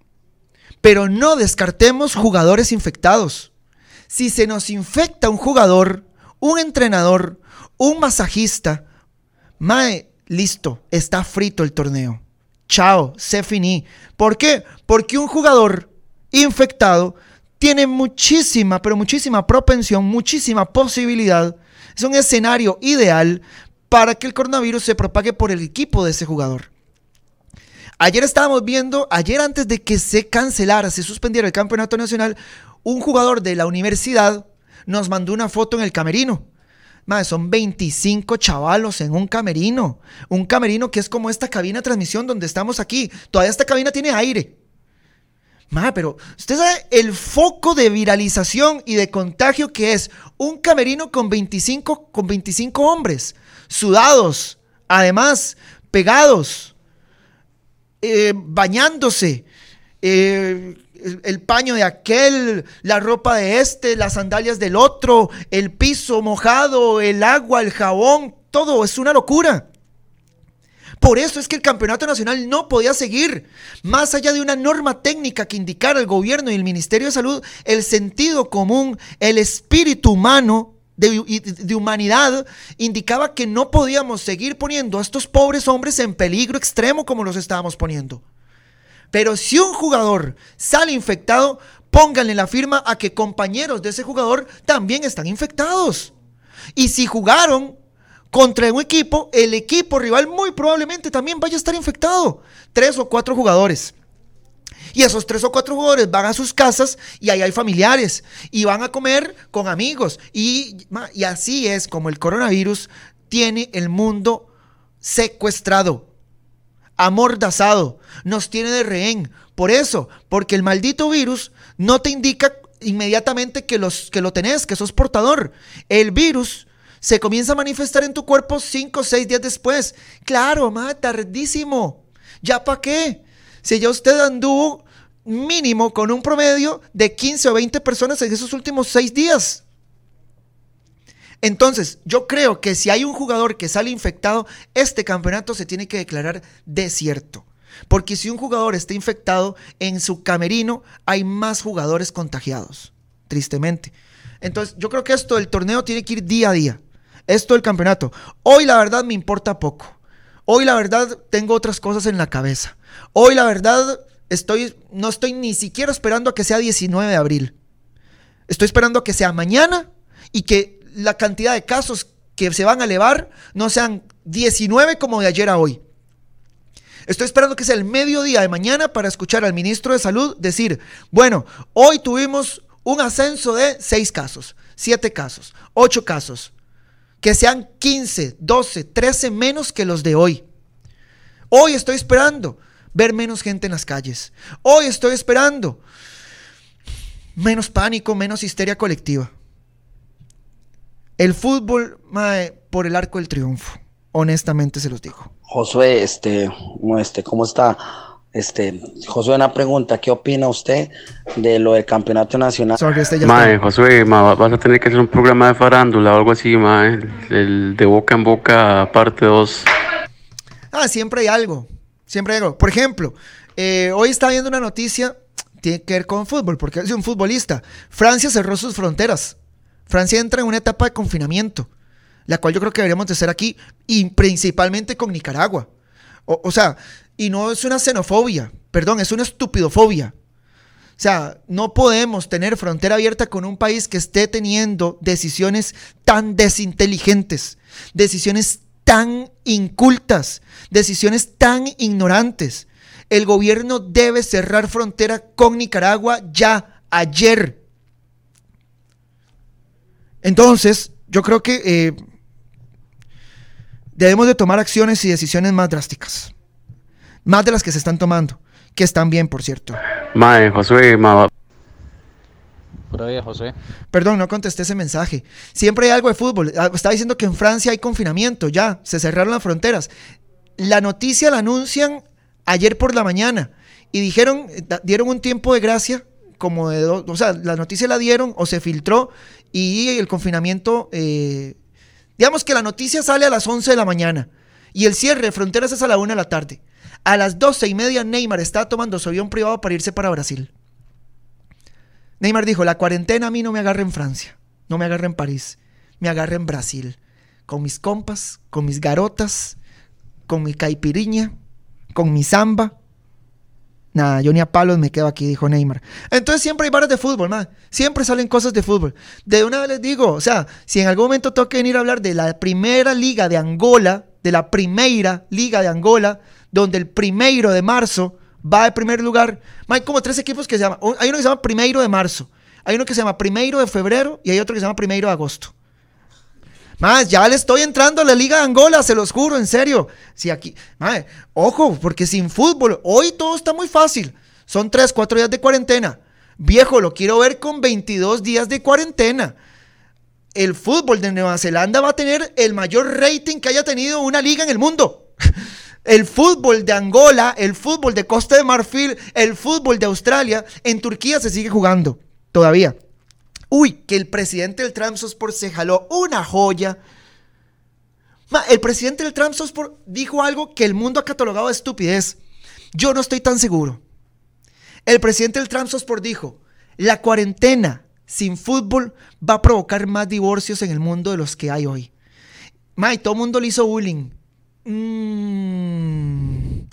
pero no descartemos jugadores infectados. Si se nos infecta un jugador, un entrenador, un masajista, mae, listo, está frito el torneo. Chao, se finí. ¿Por qué? Porque un jugador infectado tiene muchísima, pero muchísima propensión, muchísima posibilidad. Es un escenario ideal para que el coronavirus se propague por el equipo de ese jugador. Ayer estábamos viendo, ayer antes de que se cancelara, se suspendiera el campeonato nacional, un jugador de la universidad nos mandó una foto en el camerino. Madre, son veinticinco chavalos en un camerino. Un camerino que es como esta cabina de transmisión donde estamos aquí. Todavía esta cabina tiene aire. Madre, pero usted sabe el foco de viralización y de contagio que es un camerino con veinticinco, con veinticinco hombres, sudados, además, pegados, eh, bañándose, eh, el, el paño de aquel, la ropa de este, las sandalias del otro, el piso mojado, el agua, el jabón, todo es una locura. Por eso es que el campeonato nacional no podía seguir, más allá de una norma técnica que indicara el gobierno y el Ministerio de Salud, el sentido común, el espíritu humano de, de humanidad indicaba que no podíamos seguir poniendo a estos pobres hombres en peligro extremo como los estábamos poniendo. Pero si un jugador sale infectado, pónganle la firma a que compañeros de ese jugador también están infectados. Y si jugaron contra un equipo, el equipo rival muy probablemente también vaya a estar infectado. Tres o cuatro jugadores. Y esos tres o cuatro jugadores van a sus casas y ahí hay familiares. Y van a comer con amigos. Y, y así es como el coronavirus tiene el mundo secuestrado, amordazado, nos tiene de rehén. Por eso, porque el maldito virus no te indica inmediatamente que, los, que lo tenés, que sos portador. El virus se comienza a manifestar en tu cuerpo cinco o seis días después. Claro, ma, tardísimo. ¿Ya para qué? Si ya usted anduvo mínimo con un promedio de quince o veinte personas en esos últimos seis días. Entonces, yo creo que si hay un jugador que sale infectado, este campeonato se tiene que declarar desierto. Porque si un jugador está infectado, en su camerino hay más jugadores contagiados, tristemente. Entonces, yo creo que esto del torneo tiene que ir día a día. Esto del campeonato. Hoy la verdad me importa poco. Hoy la verdad tengo otras cosas en la cabeza. Hoy la verdad estoy, no estoy ni siquiera esperando a que sea diecinueve de abril. Estoy esperando a que sea mañana y que la cantidad de casos que se van a elevar no sean diecinueve como de ayer a hoy. Estoy esperando que sea el mediodía de mañana para escuchar al ministro de Salud decir, bueno, hoy tuvimos un ascenso de seis casos, siete casos, ocho casos, que sean quince, doce, trece menos que los de hoy. Hoy estoy esperando ver menos gente en las calles. Hoy estoy esperando menos pánico, menos histeria colectiva. El fútbol, mae, por el arco del triunfo. Honestamente se los digo. Josué, este, este, ¿cómo está? Este, Josué, una pregunta, ¿qué opina usted de lo del campeonato nacional? Sorry, este ya Mae, está. Josué, ma, vas a tener que hacer un programa de farándula o algo así, mae, el de boca en boca parte dos. Ah, siempre hay algo. Siempre hay algo. Por ejemplo, eh, hoy estaba viendo una noticia, tiene que ver con fútbol, porque es un futbolista. Francia cerró sus fronteras. Francia entra en una etapa de confinamiento, la cual yo creo que deberíamos de hacer aquí, y principalmente con Nicaragua. O, o sea, y no es una xenofobia, perdón, es una estupidofobia. O sea, no podemos tener frontera abierta con un país que esté teniendo decisiones tan desinteligentes, decisiones tan incultas, decisiones tan ignorantes. El gobierno debe cerrar frontera con Nicaragua ya, ayer. Entonces, yo creo que eh, debemos de tomar acciones y decisiones más drásticas. Más de las que se están tomando, que están bien, por cierto. Mae, Josué, ma, Pura vida, José. Perdón, no contesté ese mensaje. Siempre hay algo de fútbol. Estaba diciendo que en Francia hay confinamiento, ya, se cerraron las fronteras. La noticia la anuncian ayer por la mañana y dijeron, dieron un tiempo de gracia, como de dos, o sea, la noticia la dieron o se filtró y el confinamiento, eh, digamos que la noticia sale a las once de la mañana y el cierre de fronteras es a la una de la tarde. A las doce y media Neymar estaba tomando su avión privado para irse para Brasil. Neymar dijo, la cuarentena a mí no me agarra en Francia, no me agarra en París, me agarra en Brasil, con mis compas, con mis garotas, con mi caipiriña, con mi samba. Nada, yo ni a palos me quedo aquí, dijo Neymar. Entonces siempre hay varas de fútbol, man. Siempre salen cosas de fútbol. De una vez les digo, o sea, si en algún momento tengo que venir a hablar de la primera liga de Angola, de la primera liga de Angola, donde el primero de marzo va de primer lugar. Man, hay como tres equipos que se llaman, hay uno que se llama primero de marzo, hay uno que se llama primero de febrero y hay otro que se llama primero de agosto. Más, ya le estoy entrando a la Liga de Angola, se los juro, en serio. Si aquí, madre, ojo, porque sin fútbol, hoy todo está muy fácil. Son tres, cuatro días de cuarentena. Viejo, lo quiero ver con veintidós días de cuarentena. El fútbol de Nueva Zelanda va a tener el mayor rating que haya tenido una liga en el mundo. El fútbol de Angola, el fútbol de Costa de Marfil, el fútbol de Australia, en Turquía se sigue jugando todavía. Uy, que el presidente del Trabzonspor se jaló una joya. Ma, el presidente del Trabzonspor dijo algo que el mundo ha catalogado de estupidez. Yo no estoy tan seguro. El presidente del Trabzonspor dijo, la cuarentena sin fútbol va a provocar más divorcios en el mundo de los que hay hoy. Ma, y todo el mundo le hizo bullying. Mmm...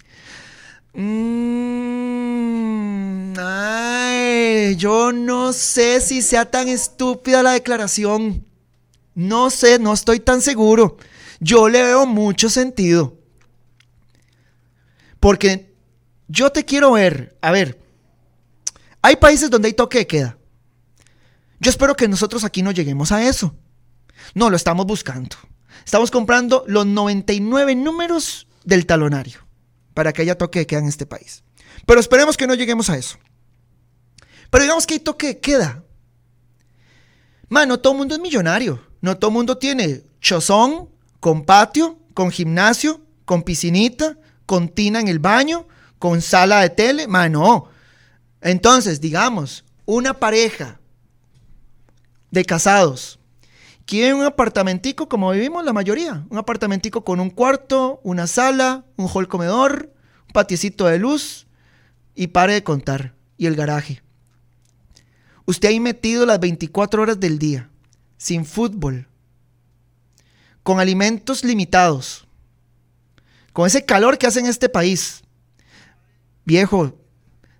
Mm, ay, yo no sé si sea tan estúpida la declaración. No sé, no estoy tan seguro. Yo le veo mucho sentido. Porque yo te quiero ver. A ver, hay países donde hay toque de queda. Yo espero que nosotros aquí no lleguemos a eso. No, lo estamos buscando. Estamos comprando los noventa y nueve números del talonario para que haya toque de queda en este país. Pero esperemos que no lleguemos a eso. Pero digamos que hay toque de queda. Man, no todo el mundo es millonario. No todo el mundo tiene chozón, con patio, con gimnasio, con piscinita, con tina en el baño, con sala de tele. Man, no. Entonces, digamos, una pareja de casados quieren un apartamentico como vivimos la mayoría. Un apartamentico con un cuarto, una sala, un hall comedor, un patiecito de luz y pare de contar. Y el garaje. Usted ahí metido las veinticuatro horas del día, sin fútbol, con alimentos limitados, con ese calor que hace en este país. Viejo,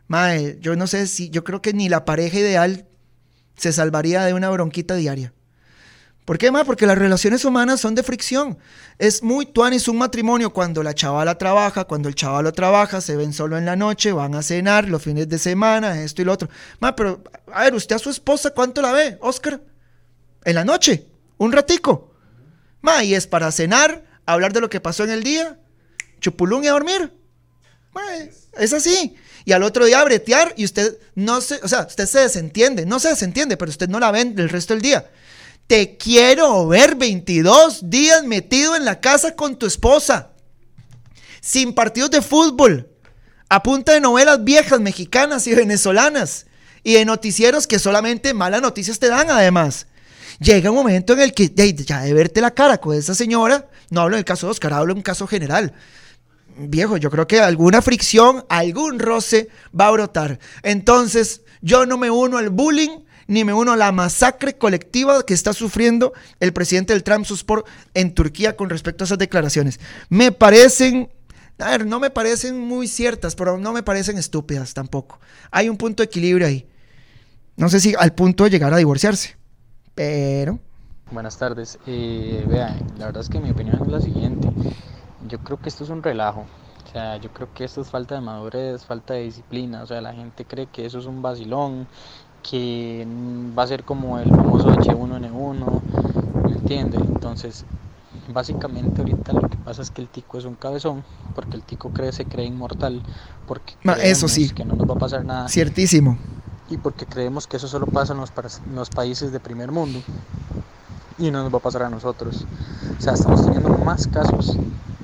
Mae, yo no sé si, yo creo que ni la pareja ideal se salvaría de una bronquita diaria. ¿Por qué, mae? Porque las relaciones humanas son de fricción. Es muy tuanis un matrimonio cuando la chavala trabaja, cuando el chavalo trabaja, se ven solo en la noche, van a cenar los fines de semana, esto y lo otro. Mae, pero, a ver, ¿usted a su esposa cuánto la ve, Oscar? En la noche, un ratico. Mae, y es para cenar, hablar de lo que pasó en el día, chupulún y a dormir. Mae, es así. Y al otro día bretear y usted no se, o sea, usted se desentiende, no se desentiende, pero usted no la ve el resto del día. Te quiero ver veintidós días metido en la casa con tu esposa, sin partidos de fútbol, a punta de novelas viejas mexicanas y venezolanas, y de noticieros que solamente malas noticias te dan además. Llega un momento en el que ya de verte la cara con esa señora, no hablo en el caso de Oscar, hablo en un caso general. Viejo, yo creo que alguna fricción, algún roce va a brotar. Entonces, yo no me uno al bullying, ni me uno a la masacre colectiva que está sufriendo el presidente del Trabzonspor en Turquía con respecto a esas declaraciones. Me parecen, a ver, no me parecen muy ciertas, pero no me parecen estúpidas tampoco. Hay un punto de equilibrio ahí. No sé si al punto de llegar a divorciarse, pero... Buenas tardes. Eh, vean, la verdad es que mi opinión es la siguiente. Yo creo que esto es un relajo. O sea, yo creo que esto es falta de madurez, falta de disciplina. O sea, la gente cree que eso es un vacilón, que va a ser como el famoso H uno N uno, ¿me entiende? Entonces, básicamente ahorita lo que pasa es que el tico es un cabezón, porque el tico cree, se cree inmortal, porque Ma, eso sí, que no nos va a pasar nada. Ciertísimo. Y porque creemos que eso solo pasa en los, en los países de primer mundo y no nos va a pasar a nosotros. O sea, estamos teniendo más casos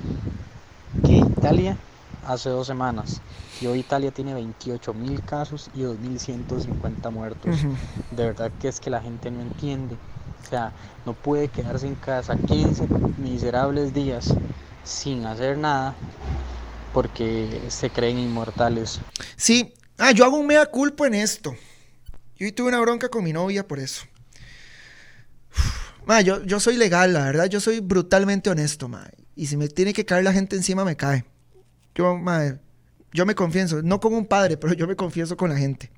que Italia hace dos semanas. Y hoy Italia tiene veintiocho mil casos y dos mil ciento cincuenta muertos. Uh-huh. De verdad que es que la gente no entiende. O sea, no puede quedarse en casa quince miserables días sin hacer nada porque se creen inmortales. Sí, ah, yo hago un mea culpa en esto. Yo tuve una bronca con mi novia por eso. Ma, yo, yo soy legal, la verdad, yo soy brutalmente honesto, ma. Y si me tiene que caer la gente encima, me cae. Yo, ma, yo me confieso, no con un padre, pero yo me confieso con la gente.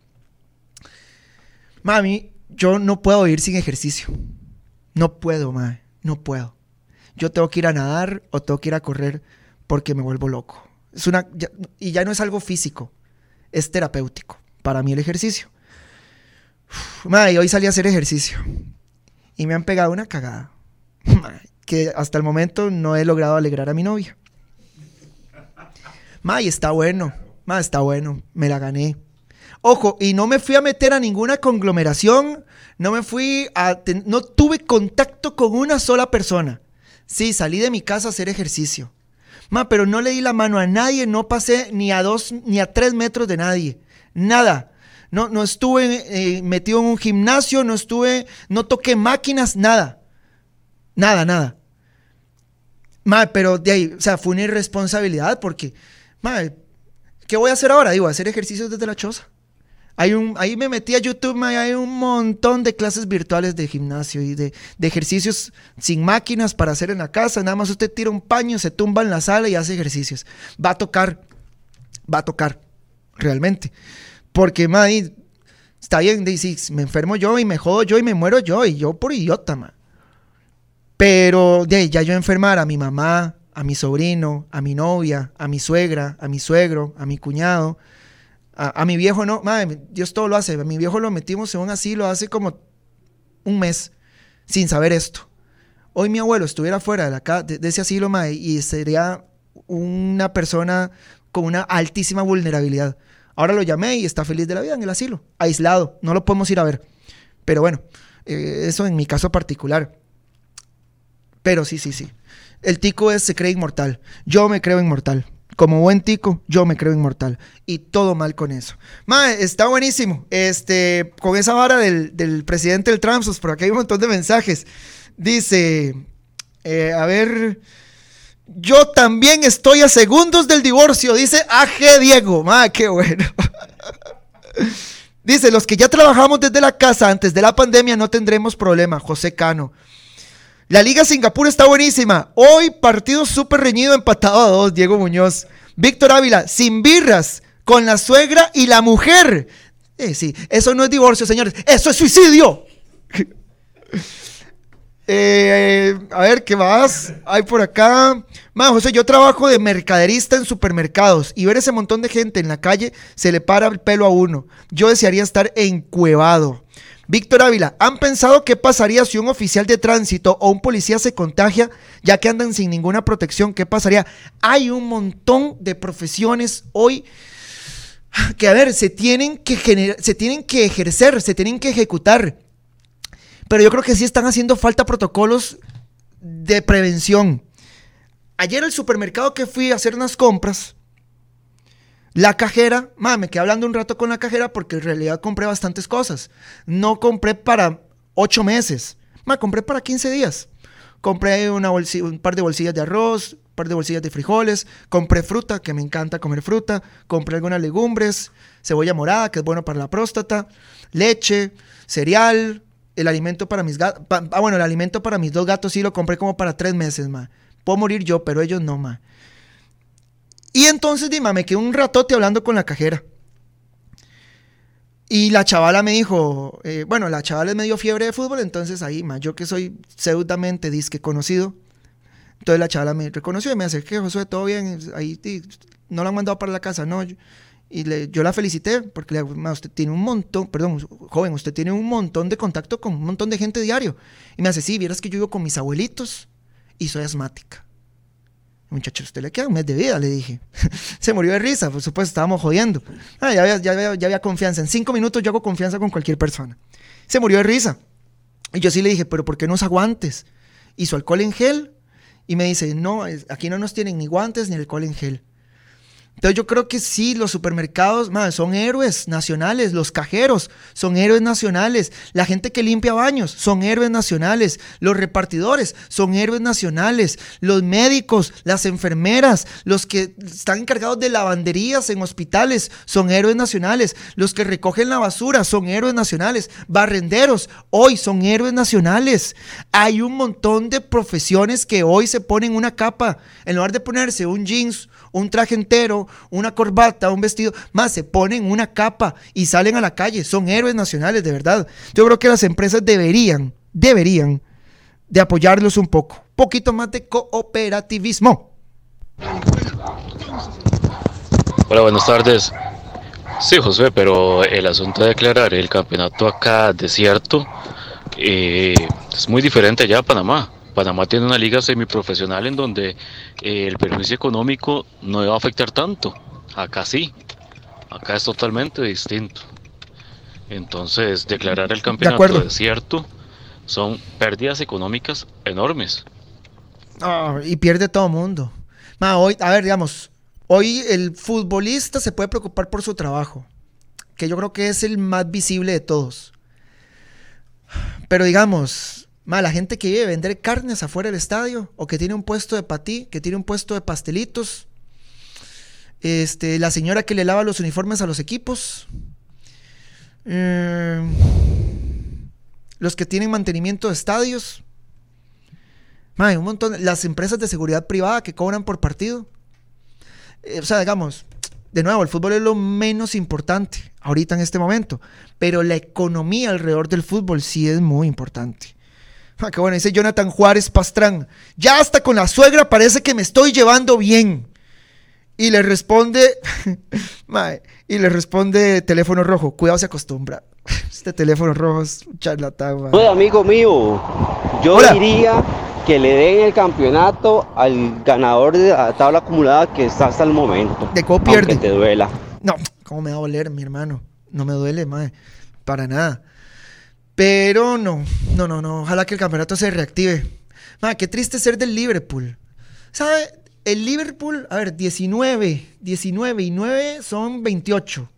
Mami, yo no puedo vivir sin ejercicio. No puedo, ma, no puedo. Yo tengo que ir a nadar o tengo que ir a correr porque me vuelvo loco. Es una, ya, y ya no es algo físico, es terapéutico para mí el ejercicio. Uf, ma, y hoy salí a hacer ejercicio y me han pegado una cagada, ma, que hasta el momento no he logrado alegrar a mi novia. Ma, y está bueno, ma, está bueno, me la gané. Ojo, y no me fui a meter a ninguna conglomeración, no me fui a, ten, no tuve contacto con una sola persona. Sí, salí de mi casa a hacer ejercicio. Ma, pero no le di la mano a nadie, no pasé ni a dos, ni a tres metros de nadie. Nada. No, no estuve eh, metido en un gimnasio, no estuve, no toqué máquinas, nada. Nada, nada. Ma, pero de ahí, o sea, fue una irresponsabilidad porque, ma, ¿qué voy a hacer ahora? Digo, hacer ejercicios desde la choza. Hay un, ahí me metí a YouTube, ma, hay un montón de clases virtuales de gimnasio y de, de ejercicios sin máquinas para hacer en la casa. Nada más usted tira un paño, se tumba en la sala y hace ejercicios. Va a tocar, va a tocar, realmente. Porque, ma, está bien, dice, me enfermo yo y me jodo yo y me muero yo y yo por idiota, ma. Pero de ahí, ya yo enfermar a mi mamá, a mi sobrino, a mi novia, a mi suegra, a mi suegro, a mi cuñado, a, a mi viejo no, madre, Dios todo lo hace, a mi viejo lo metimos en un asilo hace como un mes, sin saber esto. Hoy mi abuelo estuviera fuera de, la, de, de ese asilo, madre, y sería una persona con una altísima vulnerabilidad. Ahora lo llamé y está feliz de la vida en el asilo, aislado, no lo podemos ir a ver. Pero bueno, eh, eso en mi caso particular. Pero sí, sí, sí. El tico es, se cree inmortal. Yo me creo inmortal. Como buen tico, yo me creo inmortal. Y todo mal con eso. Mae, está buenísimo. Este, con esa vara del, del presidente del Trabzonspor, por aquí hay un montón de mensajes. Dice, eh, a ver, yo también estoy a segundos del divorcio, dice A G Diego. Mae, qué bueno. Dice, los que ya trabajamos desde la casa antes de la pandemia no tendremos problema. José Cano. La Liga Singapur está buenísima. Hoy partido súper reñido, empatado a dos, Diego Muñoz. Víctor Ávila, sin birras, con la suegra y la mujer. Eh, sí, eso no es divorcio, señores, eso es suicidio. Eh, a ver, ¿qué más hay por acá? Man, José, yo trabajo de mercaderista en supermercados y ver ese montón de gente en la calle se le para el pelo a uno. Yo desearía estar encuevado. Víctor Ávila, ¿han pensado qué pasaría si un oficial de tránsito o un policía se contagia ya que andan sin ninguna protección? ¿Qué pasaría? Hay un montón de profesiones hoy que, a ver, se tienen que gener- se tienen que ejercer, se tienen que ejecutar. Pero yo creo que sí están haciendo falta protocolos de prevención. Ayer al supermercado que fui a hacer unas compras, la cajera, ma, me quedé hablando un rato con la cajera porque en realidad compré bastantes cosas. No compré para ocho meses, ma, compré para quince días. Compré una bolsi- un par de bolsillas de arroz, un par de bolsillas de frijoles, compré fruta, que me encanta comer fruta, compré algunas legumbres, cebolla morada, que es bueno para la próstata, leche, cereal, el alimento para mis gatos. Pa- ah, bueno, el alimento para mis dos gatos sí lo compré como para tres meses, ma. Puedo morir yo, pero ellos no, ma. Y entonces, dime, me quedé un ratote hablando con la cajera. Y la chavala me dijo, eh, bueno, la chavala me dio fiebre de fútbol, entonces ahí, ma, yo que soy pseudamente disque conocido, entonces la chavala me reconoció y me dice, ¿qué, Josué, todo bien? Ahí tí, no la han mandado para la casa, no. Y le, yo la felicité porque le digo, ma, usted tiene un montón, perdón, joven, usted tiene un montón de contacto con un montón de gente diario. Y me dice, sí, vieras que yo vivo con mis abuelitos y soy asmática. Muchacho, usted le queda un mes de vida, le dije. Se murió de risa, por supuesto, estábamos jodiendo. Ah, ya, había, ya, había, ya había confianza. En cinco minutos yo hago confianza con cualquier persona. Se murió de risa. Y yo sí le dije, pero ¿por qué no usa guantes? Hizo alcohol en gel y me dice, no, aquí no nos tienen ni guantes ni alcohol en gel. Entonces yo creo que sí, los supermercados, man, son héroes nacionales, los cajeros son héroes nacionales, la gente que limpia baños son héroes nacionales, los repartidores son héroes nacionales, los médicos, las enfermeras, los que están encargados de lavanderías en hospitales son héroes nacionales, los que recogen la basura son héroes nacionales, barrenderos hoy son héroes nacionales. Hay un montón de profesiones que hoy se ponen una capa, en lugar de ponerse un jeans, un traje entero, una corbata, un vestido, más se ponen una capa y salen a la calle, son héroes nacionales, de verdad. Yo creo que las empresas deberían, deberían de apoyarlos un poco, poquito más de cooperativismo. Hola, buenas tardes. Sí, José, pero el asunto de declarar el campeonato acá desierto eh, es muy diferente allá a Panamá. Panamá tiene una liga semiprofesional en donde eh, el perjuicio económico no va a afectar tanto. Acá sí, acá es totalmente distinto. Entonces, declarar el campeonato De desierto son pérdidas económicas enormes. Oh, y pierde todo mundo. Ma, hoy, a ver, digamos, hoy el futbolista se puede preocupar por su trabajo, que yo creo que es el más visible de todos. Pero digamos, ma, la gente que vive a vender carnes afuera del estadio, o que tiene un puesto de patí, que tiene un puesto de pastelitos, este, la señora que le lava los uniformes a los equipos, eh, los que tienen mantenimiento de estadios, ma, un montón, las empresas de seguridad privada que cobran por partido. Eh, o sea, digamos, de nuevo, el fútbol es lo menos importante ahorita en este momento, pero la economía alrededor del fútbol sí es muy importante. Ah, qué bueno, dice Jonathan Juárez Pastrán, ya hasta con la suegra parece que me estoy llevando bien. Y le responde, mae, y le responde teléfono rojo, cuidado se acostumbra. Este teléfono rojo es un charlatán, mae. Oye, amigo mío, yo Hola. diría que le den el campeonato al ganador de la tabla acumulada que está hasta el momento. ¿De cómo pierde? Aunque te duela. No, ¿cómo me va a doler, mi hermano? No me duele, mae, para nada. Pero no, no, no, no. Ojalá que el campeonato se reactive. Ma, qué triste ser del Liverpool. ¿Sabe? El Liverpool, a ver, diecinueve, diecinueve y nueve son veintiocho.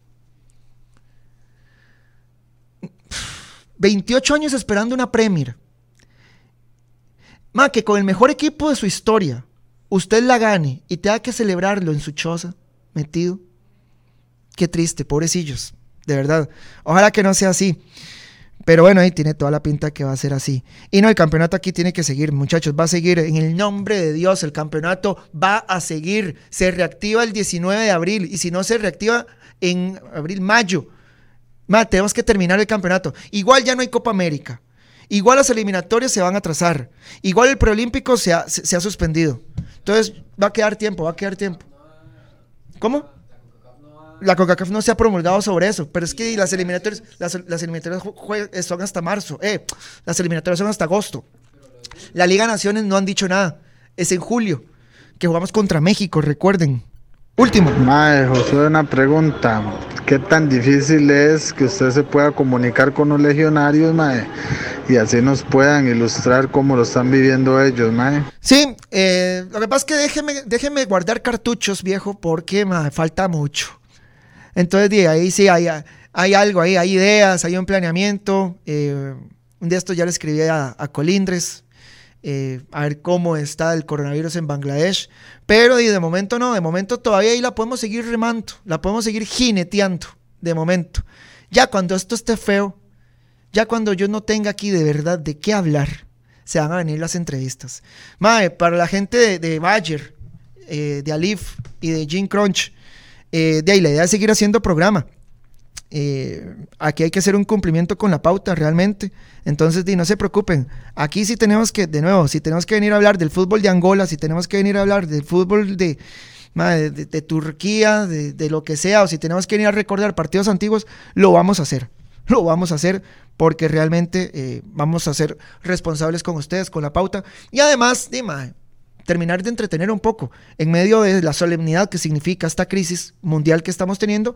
veintiocho años esperando una Premier. Ma, que con el mejor equipo de su historia, usted la gane y tenga que celebrarlo en su choza, metido. Qué triste, pobrecillos, de verdad. Ojalá que no sea así. Pero bueno, ahí tiene toda la pinta que va a ser así. Y no, el campeonato aquí tiene que seguir, muchachos, va a seguir. En el nombre de Dios, el campeonato va a seguir. Se reactiva el diecinueve de abril. Y si no se reactiva en abril, mayo. Ma, tenemos que terminar el campeonato. Igual ya no hay Copa América. Igual las eliminatorias se van a atrasar. Igual el preolímpico se ha, se, se ha suspendido. Entonces va a quedar tiempo, va a quedar tiempo. ¿Cómo? La CONCACAF no se ha promulgado sobre eso, pero es que las eliminatorias, las, las eliminatorias jue- son hasta marzo, eh, las eliminatorias son hasta agosto. La Liga de Naciones no han dicho nada, es en julio, que jugamos contra México, recuerden. Último. Mae, Josué, una pregunta. ¿Qué tan difícil es que usted se pueda comunicar con los legionarios, mae? Y así nos puedan ilustrar cómo lo están viviendo ellos, mae. Sí, eh, lo que pasa es que déjeme, déjeme guardar cartuchos, viejo, porque mae, falta mucho. Entonces, de ahí sí hay, hay algo ahí, hay ideas, hay un planeamiento. Eh, un de estos ya le escribí a, a Colindres, eh, a ver cómo está el coronavirus en Bangladesh. Pero y de momento no, de momento todavía ahí la podemos seguir remando, la podemos seguir jineteando, de momento. Ya cuando esto esté feo, ya cuando yo no tenga aquí de verdad de qué hablar, se van a venir las entrevistas. Mae, para la gente de, de Bayer, eh, de Alif y de Gene Crunch, Eh, de ahí la idea es seguir haciendo programa. Eh, aquí hay que hacer un cumplimiento con la pauta realmente. Entonces, di, no se preocupen. Aquí sí tenemos que, de nuevo, si tenemos que venir a hablar del fútbol de Angola, si tenemos que venir a hablar del fútbol de, de, de, de Turquía, de, de lo que sea, o si tenemos que venir a recordar partidos antiguos, lo vamos a hacer. Lo vamos a hacer porque realmente eh, vamos a ser responsables con ustedes, con la pauta. Y además, di, mae, terminar de entretener un poco en medio de la solemnidad que significa esta crisis mundial que estamos teniendo.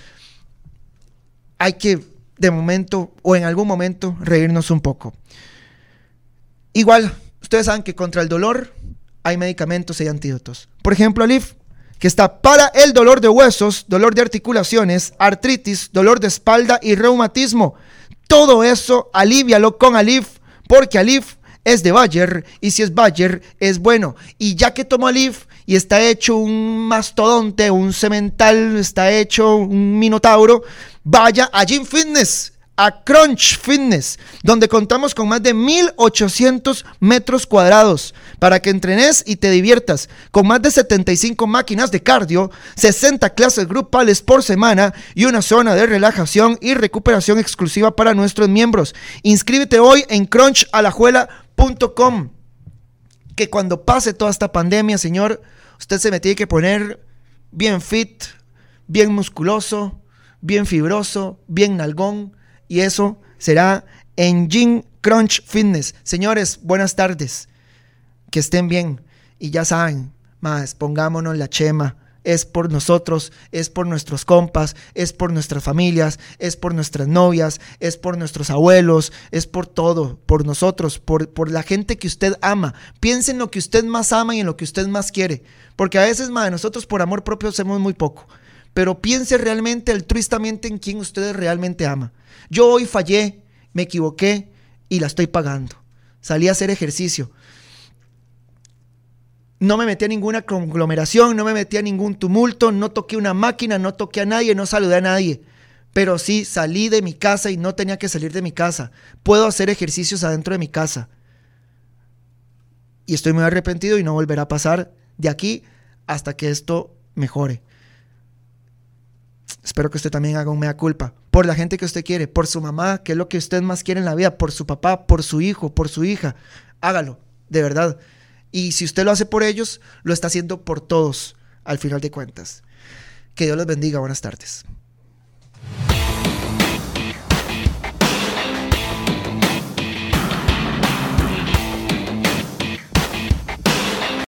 Hay que de momento o en algún momento reírnos un poco. Igual, ustedes saben que contra el dolor hay medicamentos y antídotos. Por ejemplo, Alif, que está para el dolor de huesos, dolor de articulaciones, artritis, dolor de espalda y reumatismo. Todo eso alivialo con Alif, porque Alif es de Bayer, y si es Bayer, es bueno. Y ya que tomó Alif y está hecho un mastodonte, un cemental, está hecho un minotauro, vaya a Gym Fitness, a Crunch Fitness, donde contamos con más de mil ochocientos metros cuadrados para que entrenes y te diviertas, con más de setenta y cinco máquinas de cardio, sesenta clases grupales por semana y una zona de relajación y recuperación exclusiva para nuestros miembros. Inscríbete hoy en crunch alajuela punto com, que cuando pase toda esta pandemia, señor, usted se me tiene que poner bien fit, bien musculoso, bien fibroso, bien nalgón, y eso será en Gym Crunch Fitness. Señores, buenas tardes, que estén bien, y ya saben, más pongámonos la chema. Es por nosotros, es por nuestros compas, es por nuestras familias, es por nuestras novias, es por nuestros abuelos, es por todo, por nosotros, por, por la gente que usted ama. Piense en lo que usted más ama y en lo que usted más quiere, porque a veces, madre, nosotros por amor propio hacemos muy poco, pero piense realmente, altruistamente, en quien usted realmente ama. Yo hoy fallé, me equivoqué y la estoy pagando. Salí a hacer ejercicio. No me metí a ninguna conglomeración, no me metí a ningún tumulto, no toqué una máquina, no toqué a nadie, no saludé a nadie. Pero sí salí de mi casa y no tenía que salir de mi casa. Puedo hacer ejercicios adentro de mi casa. Y estoy muy arrepentido y no volverá a pasar de aquí hasta que esto mejore. Espero que usted también haga un mea culpa por la gente que usted quiere, por su mamá, que es lo que usted más quiere en la vida, por su papá, por su hijo, por su hija. Hágalo, de verdad. Y si usted lo hace por ellos, lo está haciendo por todos, al final de cuentas. Que Dios los bendiga. Buenas tardes.